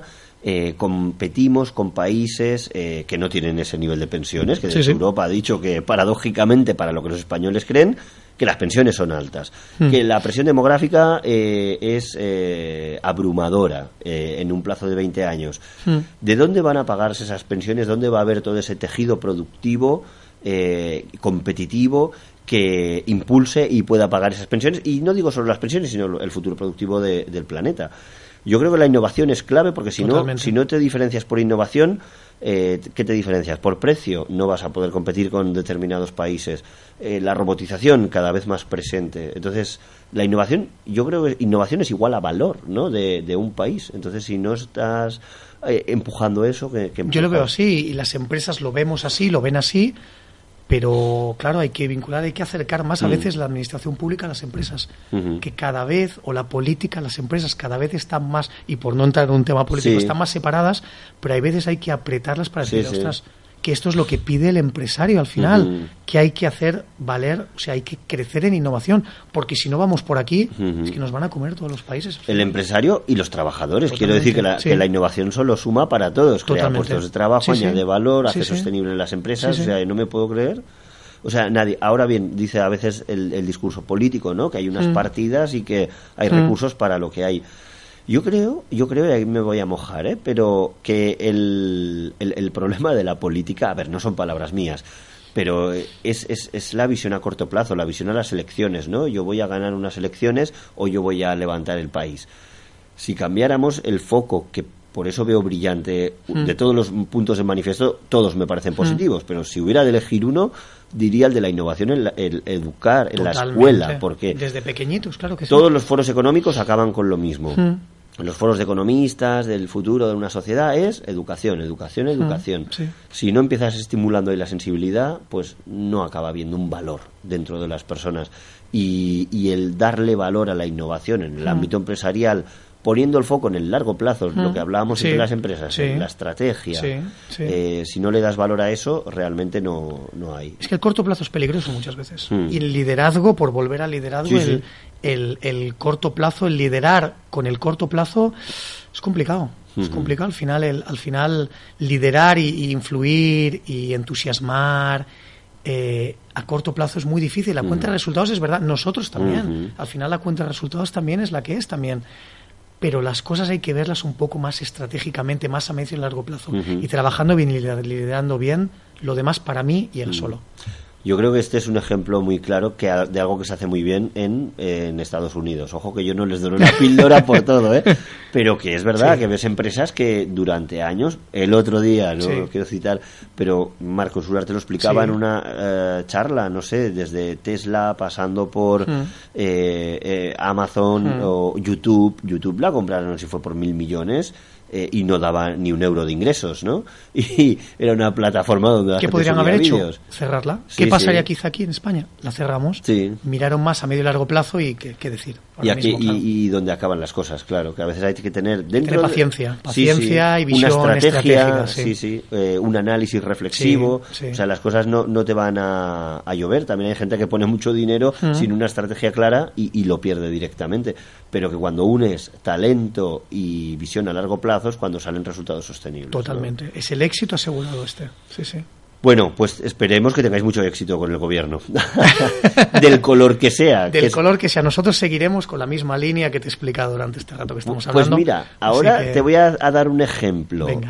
Competimos con países que no tienen ese nivel de pensiones, que Europa ha dicho que paradójicamente, para lo que los españoles creen, que las pensiones son altas, que la presión demográfica es abrumadora en un plazo de 20 años. ¿De dónde van a pagarse esas pensiones? ¿Dónde va a haber todo ese tejido productivo, competitivo, que impulse y pueda pagar esas pensiones? Y no digo solo las pensiones, sino el futuro productivo del planeta. Yo creo que la innovación es clave, porque si no te diferencias por innovación, ¿qué te diferencias? Por precio no vas a poder competir con determinados países. La robotización cada vez más presente. Entonces, la innovación, yo creo que innovación es igual a valor, ¿no? de un país. Entonces, si no estás empujando eso, que yo lo veo así, y las empresas lo vemos así, lo ven así. Pero claro, hay que vincular, hay que acercar más a veces la administración pública a las empresas, que cada vez, o la política, las empresas cada vez están más, y por no entrar en un tema político, están más separadas, pero hay veces hay que apretarlas para decir, ostras, que esto es lo que pide el empresario al final, que hay que hacer valer, o sea, hay que crecer en innovación, porque si no vamos por aquí, es que nos van a comer todos los países. El empresario y los trabajadores. Quiero decir que la innovación solo suma para todos, crea puestos de trabajo, añade valor, hace sostenible las empresas, o sea, no me puedo creer. O sea, nadie. Ahora bien, dice a veces el discurso político, ¿no? Que hay unas partidas y que hay recursos para lo que hay. Yo creo, y ahí me voy a mojar, pero que el problema de la política, a ver, no son palabras mías, pero es la visión a corto plazo, la visión a las elecciones, ¿no? Yo voy a ganar unas elecciones o yo voy a levantar el país. Si cambiáramos el foco, que por eso veo brillante, de todos los puntos del manifiesto, todos me parecen positivos, pero si hubiera de elegir uno, diría el de la innovación, el educar en la escuela, porque desde pequeñitos, claro que sí. Todos los foros económicos acaban con lo mismo. Los foros de economistas del futuro de una sociedad es educación. Sí. Si no empiezas estimulando ahí la sensibilidad, pues no acaba habiendo un valor dentro de las personas. Y el darle valor a la innovación en el ámbito empresarial, poniendo el foco en el largo plazo, lo que hablábamos Sí, entre las empresas, sí. en la estrategia. Sí, sí. Si no le das valor a eso, realmente no hay. Es que el corto plazo es peligroso muchas veces. Mm. Y el liderazgo, por volver al liderazgo, Sí, sí. El corto plazo, el liderar con el corto plazo es complicado. Es complicado al final liderar y influir y entusiasmar a corto plazo es muy difícil. La cuenta de resultados es verdad, nosotros también. Al final la cuenta de resultados también es la que es también. Pero las cosas hay que verlas un poco más estratégicamente, más a medio y largo plazo. Y trabajando bien y liderando bien, lo demás para mí llega solo. Yo creo que este es un ejemplo muy claro de algo que se hace muy bien en Estados Unidos. Ojo que yo no les doy una píldora por todo, pero que es verdad Sí. que ves empresas que durante años, el otro día, no Sí. lo quiero citar, pero Marcos Urar te lo explicaba Sí. en una charla, no sé, desde Tesla pasando por Amazon o YouTube. YouTube la compraron, no sé si fue por 1.000 millones. Y no daba ni un euro de ingresos, ¿no? Y era una plataforma donde la ¿Qué gente podrían subía haber hecho? vídeos. ¿Cerrarla? Sí, ¿Qué pasaría sí. quizá aquí en España? La cerramos. Sí. Miraron más a medio y largo plazo y qué decir. Y Ahora aquí mismo, claro. y donde acaban las cosas, claro, que a veces hay que tener dentro Tener paciencia, Sí, paciencia sí, y visión una estrategia, estratégica, sí. un análisis reflexivo, Sí, sí. o sea, las cosas no te van a llover. También hay gente que pone mucho dinero sin una estrategia clara y lo pierde directamente, pero que cuando unes talento y visión a largo plazo es cuando salen resultados sostenibles, ¿no? Totalmente. Es el éxito asegurado este. Sí, sí. Bueno, pues esperemos que tengáis mucho éxito con el gobierno, del color que sea. Del color que sea, nosotros seguiremos con la misma línea que te he explicado durante este rato que estamos Pues hablando. mira, Así ahora que- te voy a dar un ejemplo Venga.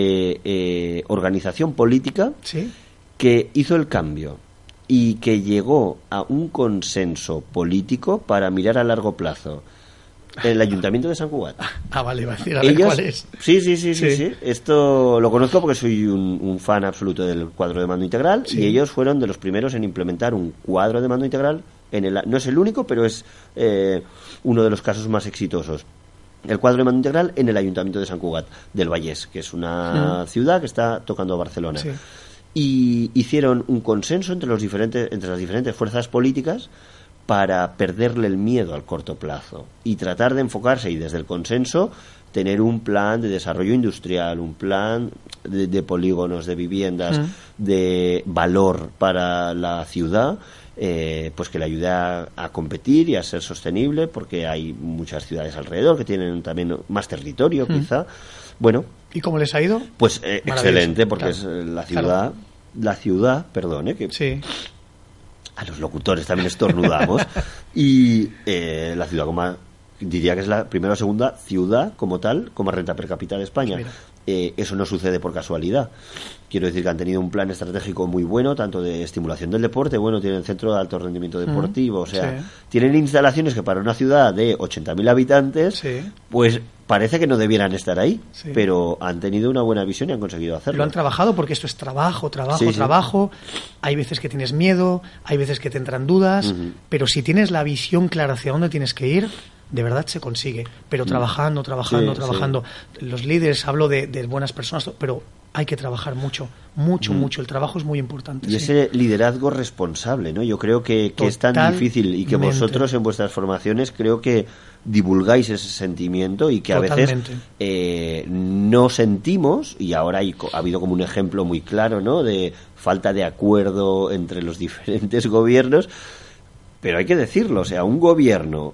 de organización política ¿Sí? que hizo el cambio y que llegó a un consenso político para mirar a largo plazo. El Ayuntamiento de Sant Cugat. Ah, vale, iba a decir a ver cuál es. Sí. Esto lo conozco porque soy un fan absoluto del cuadro de mando integral Sí. y ellos fueron de los primeros en implementar un cuadro de mando integral. No es el único, pero es uno de los casos más exitosos. El cuadro de mando integral en el Ayuntamiento de Sant Cugat del Vallès, que es una ciudad que está tocando a Barcelona. Sí. Y hicieron un consenso entre las diferentes fuerzas políticas para perderle el miedo al corto plazo y tratar de enfocarse y desde el consenso tener un plan de desarrollo industrial, un plan de polígonos, de viviendas, de valor para la ciudad, pues que le ayude a competir y a ser sostenible, porque hay muchas ciudades alrededor que tienen también más territorio, quizá. Bueno, ¿Y cómo les ha ido? pues Maravilloso, excelente, porque claro. es la Claro. ciudad, perdón, que Sí. a los locutores también estornudamos, y la ciudad diría que es la primera o segunda ciudad como tal, como renta per cápita de España. Mira. Eso no sucede por casualidad. Quiero decir que han tenido un plan estratégico muy bueno, tanto de estimulación del deporte, tienen centro de alto rendimiento deportivo, o sea, sí. tienen instalaciones que para una ciudad de 80.000 habitantes, Sí. pues parece que no debieran estar ahí, Sí. pero han tenido una buena visión y han conseguido hacerlo. Lo han trabajado porque esto es trabajo, Sí, sí. trabajo. Hay veces que tienes miedo, hay veces que te entran dudas, pero si tienes la visión clara hacia dónde tienes que ir, de verdad se consigue. Pero trabajando. Sí. Los líderes, hablo de buenas personas, pero hay que trabajar mucho. El trabajo es muy importante. Y sí. ese liderazgo responsable, ¿no? Yo creo que es tan difícil y que Totalmente. vosotros en vuestras formaciones creo que divulgáis ese sentimiento y que a Totalmente. veces no sentimos, y ahora ha habido como un ejemplo muy claro, ¿no? De falta de acuerdo entre los diferentes gobiernos, pero hay que decirlo, o sea, un gobierno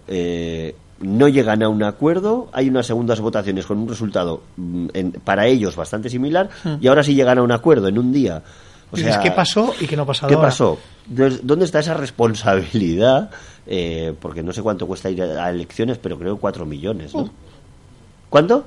no llegan a un acuerdo, hay unas segundas votaciones con un resultado para ellos bastante similar y ahora sí llegan a un acuerdo en un día. O Dices, sea, ¿qué pasó y qué no ha pasado ¿qué ahora? pasó? Entonces, ¿dónde está esa responsabilidad? Porque no sé cuánto cuesta ir a elecciones, pero creo 4 millones, ¿no? ¿Cuánto?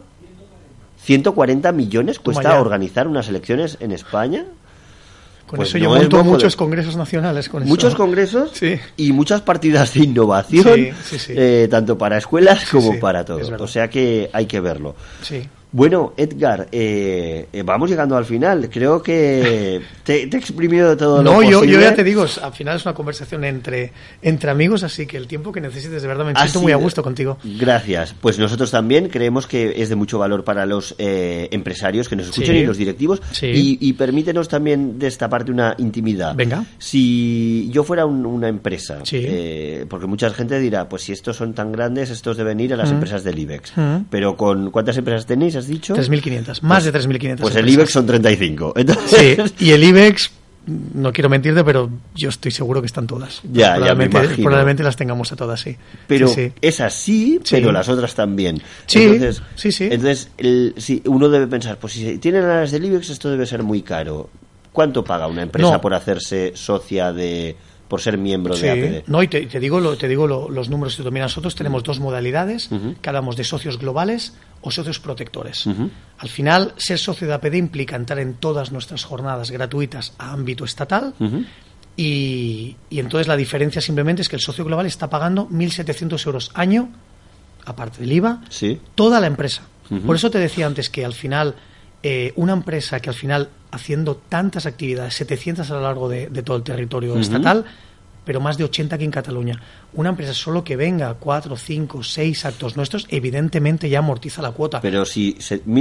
140 millones cuesta Toma ya. organizar unas elecciones en España. Con Pues eso no yo es monto poco muchos de- congresos nacionales. Con Muchos eso. congresos Sí. y muchas partidas de innovación, Sí, sí, sí. tanto para escuelas como sí, para es todo. verdad. O sea que hay que verlo. Sí. Bueno, Edgar, vamos llegando al final. Creo que te he exprimido todo lo posible. No, yo ya te digo, al final es una conversación entre amigos, así que el tiempo que necesites, de verdad, me siento muy a gusto contigo. Gracias. Pues nosotros también creemos que es de mucho valor para los empresarios que nos escuchan y los directivos. Sí. Y permítenos también destaparte una intimidad. Venga. Si yo fuera una empresa, Sí. porque mucha gente dirá, pues si estos son tan grandes, estos deben ir a las empresas del IBEX. Pero ¿cuántas empresas tenéis? ¿Has dicho? 3.500, más de 3.500. Pues el IBEX son 35. Entonces... Sí, y el IBEX, no quiero mentirte, pero yo estoy seguro que están todas. Ya me imagino. Probablemente las tengamos a todas, sí. Pero sí. esas sí, pero las otras también. Sí, entonces, sí. Entonces, uno debe pensar, pues si tienen a las del IBEX, esto debe ser muy caro. ¿Cuánto paga una empresa por hacerse socia por ser miembro de APD? No, y te digo los números que dominan. Nosotros tenemos dos modalidades, que hablamos de socios globales o socios protectores. Al final, ser socio de APD implica entrar en todas nuestras jornadas gratuitas a ámbito estatal, y entonces la diferencia simplemente es que el socio global está pagando 1.700 euros año, aparte del IVA, toda la empresa. Por eso te decía antes que al final, una empresa que al final, haciendo tantas actividades, 700 a lo largo de todo el territorio estatal, pero más de 80 aquí en Cataluña, una empresa solo que venga a 4, 5, 6 actos nuestros, evidentemente ya amortiza la cuota. Pero si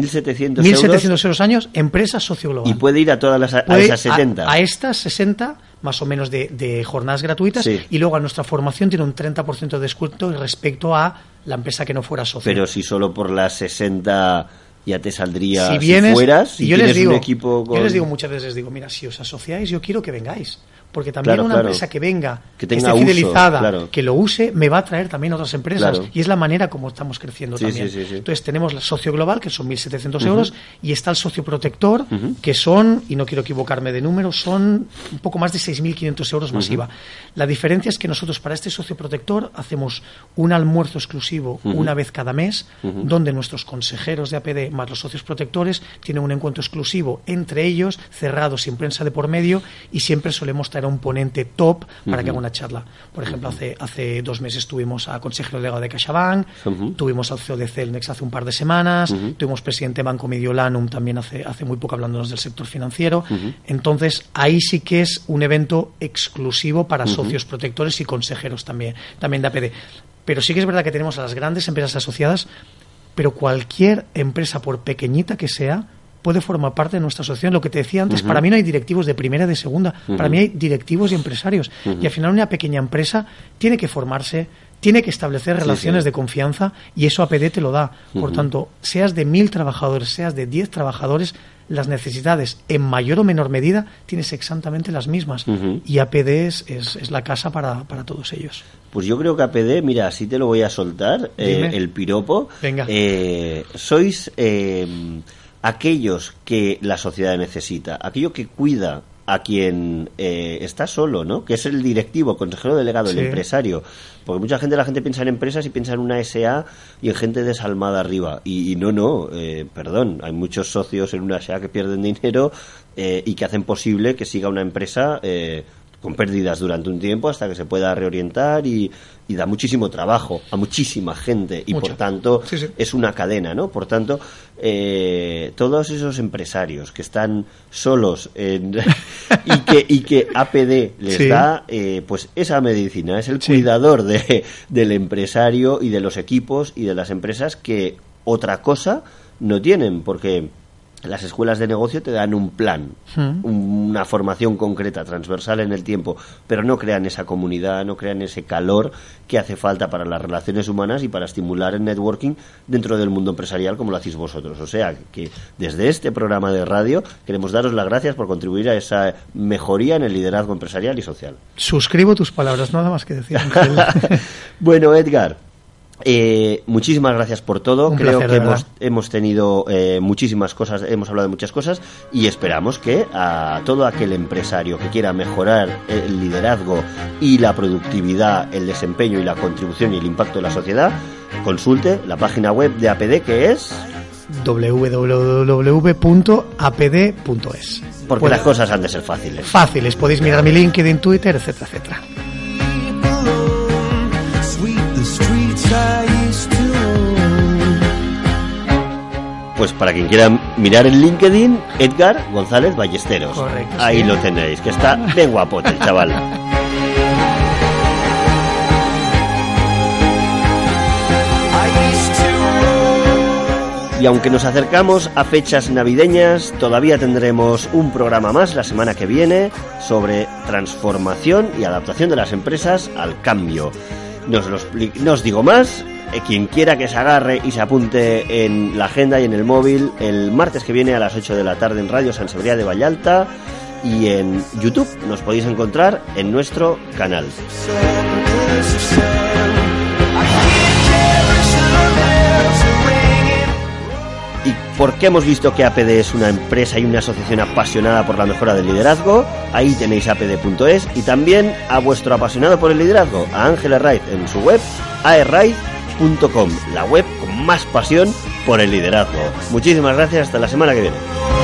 1.700 euros años, empresa socio global. Y puede ir a todas a esas 60. A estas 60, más o menos, de jornadas gratuitas, y luego a nuestra formación tiene un 30% de descuento respecto a la empresa que no fuera socio. Pero si solo por las 60... ya te saldría si fueras, y yo les digo, un equipo yo les digo muchas veces, mira, si os asociáis, yo quiero que vengáis, porque también una empresa que venga, que esté fidelizada, que lo use, me va a traer también otras empresas, y es la manera como estamos creciendo también. Sí. Entonces tenemos el socio global, que son 1.700 euros, y está el socio protector, que son, y no quiero equivocarme de número, son un poco más de 6.500 euros más IVA. La diferencia es que nosotros para este socio protector hacemos un almuerzo exclusivo una vez cada mes, donde nuestros consejeros de APD más los socios protectores tienen un encuentro exclusivo entre ellos, cerrado, sin prensa de por medio, y siempre solemos traer a un ponente top para que haga una charla. Por ejemplo, hace 2 meses tuvimos a consejero delegado de CaixaBank, tuvimos al CEO de Celnex hace un par de semanas, tuvimos presidente Banco Mediolanum también hace muy poco, hablándonos del sector financiero. Entonces, ahí sí que es un evento exclusivo para socios protectores y consejeros también de APD. Pero sí que es verdad que tenemos a las grandes empresas asociadas, pero cualquier empresa, por pequeñita que sea, puede formar parte de nuestra asociación. Lo que te decía antes, para mí no hay directivos de primera y de segunda, para mí hay directivos y empresarios. Y al final una pequeña empresa tiene que formarse, tiene que establecer relaciones de confianza, y eso APD te lo da. Por tanto, seas de 1.000 trabajadores, seas de 10 trabajadores, las necesidades en mayor o menor medida tienes exactamente las mismas, y APD es la casa para todos ellos. Pues yo creo que APD, mira, así te lo voy a soltar, el piropo. Venga. Sois aquellos que la sociedad necesita, aquello que cuida a quien está solo, ¿no? Que es el directivo, consejero delegado, el empresario. Porque la gente piensa en empresas y piensa en una SA y en gente desalmada arriba. Y no, perdón, hay muchos socios en una SA que pierden dinero y que hacen posible que siga una empresa con pérdidas durante un tiempo hasta que se pueda reorientar, y da muchísimo trabajo a muchísima gente, y por tanto es una cadena, ¿no? Por tanto, todos esos empresarios que están solos y que APD les da pues esa medicina, es el cuidador del empresario y de los equipos y de las empresas, que otra cosa no tienen, porque las escuelas de negocio te dan un plan, una formación concreta, transversal en el tiempo, pero no crean esa comunidad, no crean ese calor que hace falta para las relaciones humanas y para estimular el networking dentro del mundo empresarial, como lo hacéis vosotros. O sea, que desde este programa de radio queremos daros las gracias por contribuir a esa mejoría en el liderazgo empresarial y social. Suscribo tus palabras, nada más que decir, Ángel. Bueno, Edgar, muchísimas gracias por todo. Creo que hemos tenido muchísimas cosas, hemos hablado de muchas cosas, y esperamos que a todo aquel empresario que quiera mejorar el liderazgo y la productividad, el desempeño y la contribución y el impacto de la sociedad, consulte la página web de APD, que es www.apd.es. Porque las cosas han de ser fáciles. Fáciles, podéis mirar mi LinkedIn, Twitter, etcétera, etcétera. pues para quien quiera mirar en LinkedIn, Edgar González Ballesteros. Correcto, ahí sí. lo tenéis, que está bien guapote el chaval. Y aunque nos acercamos a fechas navideñas, todavía tendremos un programa más la semana que viene sobre transformación y adaptación de las empresas al cambio. No os digo más, quien quiera que se agarre y se apunte en la agenda y en el móvil el martes que viene a las 8 de la tarde en Radio Sant Cebrià de Vallalta y en YouTube nos podéis encontrar en nuestro canal. ¿Y por qué hemos visto que APD es una empresa y una asociación apasionada por la mejora del liderazgo? Ahí tenéis apd.es y también a vuestro apasionado por el liderazgo, a Ángel Herraiz en su web, aherraiz.com, la web con más pasión por el liderazgo. Muchísimas gracias, hasta la semana que viene.